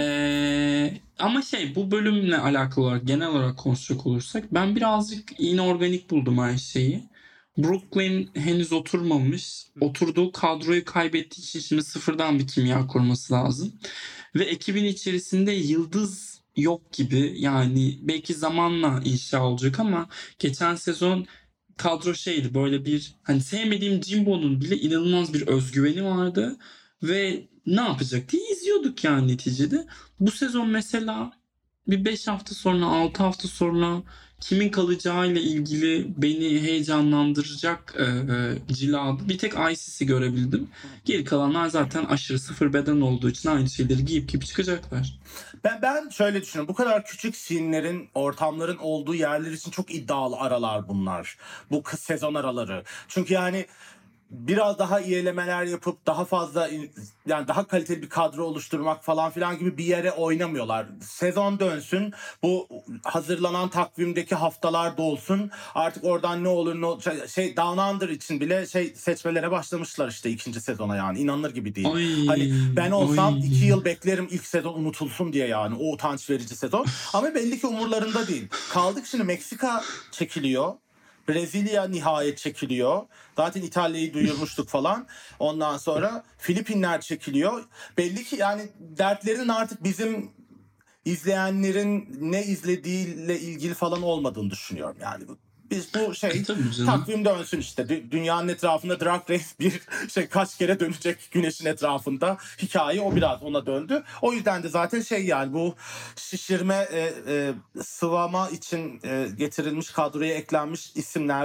yani. Ama bu bölümle alakalı olarak genel olarak konuşacak olursak ben birazcık inorganik buldum her şeyi. Brooklyn henüz oturmamış. Oturduğu kadroyu kaybettiği için şimdi sıfırdan bir kimya kurması lazım. Ve ekibin içerisinde yıldız yok gibi. Yani belki zamanla inşa olacak ama geçen sezon kadro böyle bir hani sevmediğim Jimbo'nun bile inanılmaz bir özgüveni vardı ve ne yapacak diye izliyorduk yani neticede. Bu sezon mesela bir 5 hafta sonra 6 hafta sonra kimin kalacağıyla ilgili beni heyecanlandıracak cilada bir tek Isis'i görebildim. Geri kalanlar zaten aşırı sıfır beden olduğu için aynı şeyleri giyip çıkacaklar. Ben şöyle düşünüyorum. Bu kadar küçük scene'lerin, ortamların olduğu yerler için çok iddialı aralar bunlar. Bu sezon araları. Çünkü yani biraz daha iyi elemeler yapıp daha fazla yani daha kaliteli bir kadro oluşturmak falan filan gibi bir yere oynamıyorlar. Sezon dönsün, bu hazırlanan takvimdeki haftalar dolsun. Artık oradan ne olur Down Under için bile seçmelere başlamışlar işte ikinci sezona yani. İnanılır gibi değil. Hani ben olsam 2 yıl beklerim ilk sezon unutulsun diye yani. O utanç verici sezon. Ama belli ki umurlarında değil. Kaldık şimdi Meksika çekiliyor. Brezilya nihayet çekiliyor. Zaten İtalya'yı duyurmuştuk falan. Ondan sonra Filipinler çekiliyor. Belli ki yani dertlerinin artık bizim izleyenlerin ne izlediğiyle ilgili falan olmadığını düşünüyorum. Yani biz bu takvim dönsün işte. Dünyanın etrafında Drag Race bir kaç kere dönecek güneşin etrafında. Hikaye o biraz ona döndü. O yüzden de zaten yani bu şişirme sıvama için getirilmiş kadroya eklenmiş isimler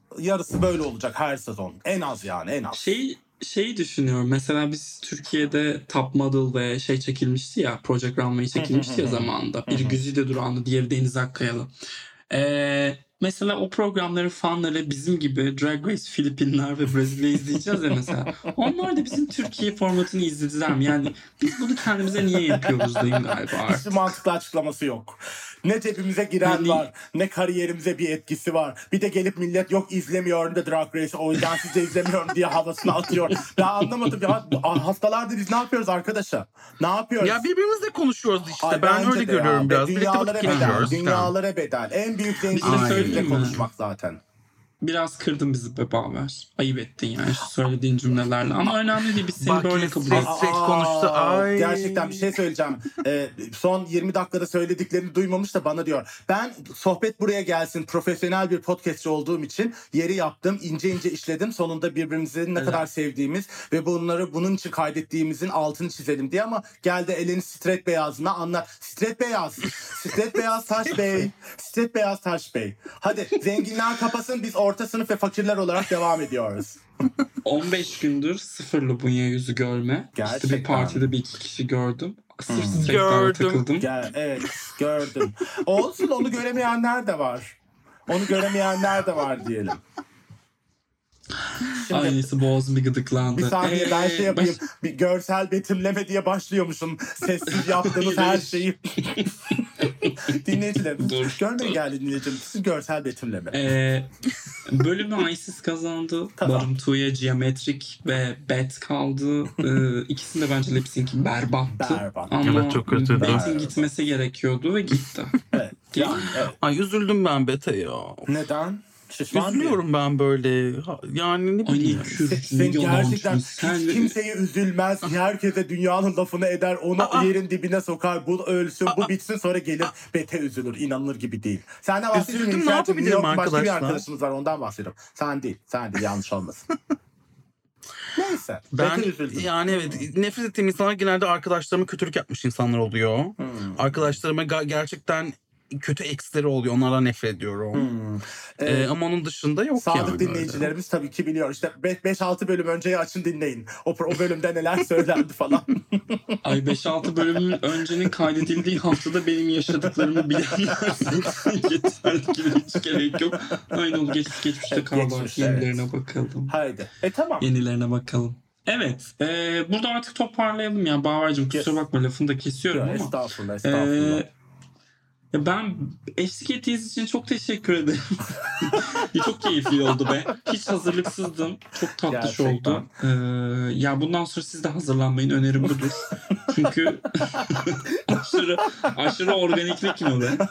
yarısı böyle olacak her sezon. En az yani, en az. Şeyi düşünüyorum. Mesela biz Türkiye'de Top Model ve çekilmişti ya. Project Runway çekilmişti ya zamanında. Biri Güzide Duranlı, diğeri Deniz Akkayalı. Mesela o programların fanları bizim gibi Drag Race Filipinler ve Brezilya izleyeceğiz ya mesela. Onlar da bizim Türkiye formatını izlediler mi? Yani biz bunu kendimize niye yapıyoruz diyeyim galiba artık. Hiç mantıklı açıklaması yok. Ne cebimize giren var, ne kariyerimize bir etkisi var. Bir de gelip millet yok izlemiyorum da Drag Race, o yüzden siz de izlemiyorum diye havasını atıyor. Ben anlamadım ya, haftalardır biz ne yapıyoruz arkadaşlar? Ne yapıyoruz? Ya birbirimizle konuşuyoruz işte. Ay, ben öyle görüyorum ya. biraz. Birlikte Dünyalara vakit bedel, geçiriyoruz. dünyalara bedel. En büyük zenginlikle konuşmak zaten. Biraz kırdın bizi be Baver. Ayıp ettin yani şu söylediğin cümlelerle. Ama önemli değil, biz seni böyle kabul ediyoruz. Konuştu. Ay. Gerçekten bir şey söyleyeceğim. Son 20 dakikada söylediklerini duymamış da bana diyor. Ben sohbet buraya gelsin, profesyonel bir podcastçi olduğum için yeri yaptım, ince ince işledim. Sonunda birbirimizi ne kadar sevdiğimiz ve bunları bunun için kaydettiğimizin altını çizelim diye, ama geldi elini straight beyazına anla. Straight beyaz. Straight beyaz Taş Bey. Straight beyaz Taş Bey. Hadi zenginler kapasın, biz orta sınıf ve fakirler olarak devam ediyoruz. 15 gündür sıfır Lubunya yüzü görme. Gerçekten. İşte bir partide bir iki kişi gördüm. Sırf straight'lerle takıldım. Evet, gördüm. Olsun, onu göremeyenler de var. Onu göremeyenler de var diyelim. Şimdi, aynısı boğazım bir gıdıklandı. Bir saniye ben yapayım. Bir görsel betimleme diye başlıyormuşum. Sessiz yaptığımız her şeyi. Dinleyicilerimiz. Görmeyin geldi dinleyicilerimiz. Siz görsel betimleme. Bölümü Aysiz kazandı. Tamam. Barım Tuğ'ya Geometric ve Bet kaldı. İkisinin de bence lip sync'i berbattı. Berbat. Ama Evet, çok kötüydü. Bet'in gitmesi gerekiyordu ve gitti. Evet. Evet. Ay üzüldüm ben Bete ya. Neden? Şişman Üzülüyorum ben böyle. Yani ne bileyim. Sen gerçekten hiç kimseye üzülmez. Herkese dünyanın lafını eder. Onu yerin dibine sokar. Bu ölsün, bu bitsin, sonra gelir Bete üzülür. İnanılır gibi değil. Senden bahsediyorum. Üzüldüm, ne yapabilirim Başka bir arkadaşlar? arkadaşımız var, ondan bahsediyorum. Sen değil yanlış olmasın. Neyse. Ben Bete üzüldüm. yani evet, nefret ettiğim insanlar genelde arkadaşlarıma kötülük yapmış insanlar oluyor. Arkadaşlarıma gerçekten kötü eksileri oluyor. Onlardan nefret ediyorum. Ama onun dışında yok yani. Sadık dinleyicilerimiz tabii ki biliyor. İşte 5-6 bölüm önceyi açın dinleyin. O bölümde neler söylendi falan. Ay 5-6 bölümün öncenin kaydedildiği haftada benim yaşadıklarımı bilenler yeterli gibi, hiç gerek yok. Aynı oldu, geçmişte kaldı. Yenilerine bakalım. Haydi. Tamam. Yenilerine bakalım. Evet. Burada artık toparlayalım ya. Bavar'cığım kusura bakma, lafını da kesiyorum ama. Estağfurullah. Ben eşlik ettiğiniz için çok teşekkür ederim. Çok keyifli oldu be. Hiç hazırlıksızdım. Çok tatlış oldu. Ya bundan sonra siz de hazırlanmayın. Önerim budur. Çünkü aşırı organiklik mi be?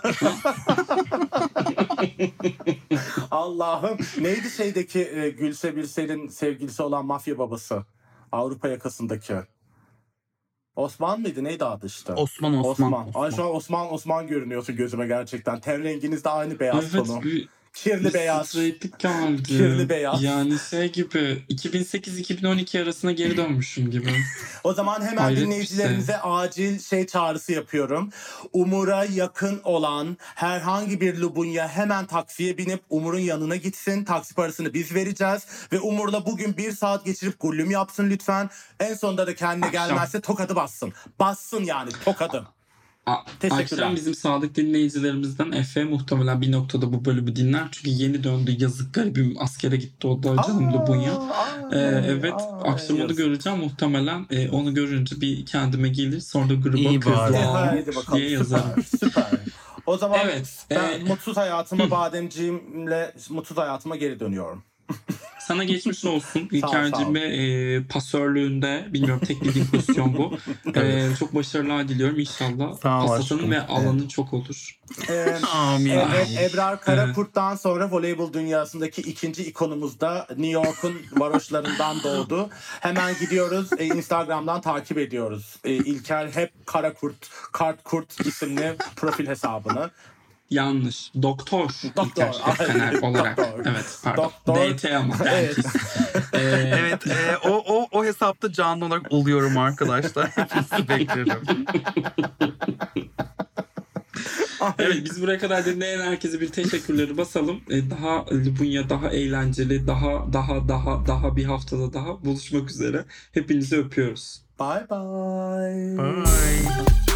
Allah'ım. Neydi şeydeki Gülse Birsel'in sevgilisi olan mafya babası? Avrupa yakasındaki. Osman mıydı? Neydi adı işte? Osman. Ay şu an Osman görünüyorsun gözüme gerçekten. Ten renginiz de aynı beyaz tonu. Kirli beyaz. Straightlik geldi. Kirli beyaz. Yani gibi 2008-2012 arasına geri dönmüşüm gibi. O zaman hemen hayret dinleyicilerimize acil çağrısı yapıyorum. Umur'a yakın olan herhangi bir Lubunya hemen taksiye binip Umur'un yanına gitsin. Taksi parasını biz vereceğiz. Ve Umur'la bugün 1 saat geçirip gullüm yapsın lütfen. En sonunda da kendine gelmezse tokadı bassın. Bassın yani tokadı. Akşam bizim sadık dinleyicilerimizden Efe muhtemelen bir noktada bu bölümü dinler. Çünkü yeni döndü, yazık, garibim askere gitti, o da canım Lubunya. Evet, akşam onu göreceğim muhtemelen. Onu görünce bir kendime gelir, sonra da gruba kızlar diye yazarım. Süper. O zaman evet, ben mutsuz hayatıma bademciğimle mutsuz hayatıma geri dönüyorum. Sana geçmiş olsun. İlker'cime pasörlüğünde, bilmiyorum tek bildiğim pozisyon bu. Çok başarılar diliyorum inşallah. Pasatın ve alanın çok olur. Amin. Ebrar Karakurt'tan sonra voleybol dünyasındaki ikinci ikonumuz da New York'un varoşlarından doğdu. Hemen gidiyoruz, Instagram'dan takip ediyoruz. İlker hep Kartkurt isimli profil hesabını. Yanlış. Doktor. Doktor. olarak. Doktor. Evet, pardon. Doktor. DT ama. Evet. Evet, o hesapta canlı olarak oluyorum arkadaşlar. Hepinizi beklerim. Evet, biz buraya kadar dinleyen herkese bir teşekkürleri basalım. Daha Lubunya, daha eğlenceli, daha bir haftada daha buluşmak üzere. Hepinizi öpüyoruz. Bye bye. Bye.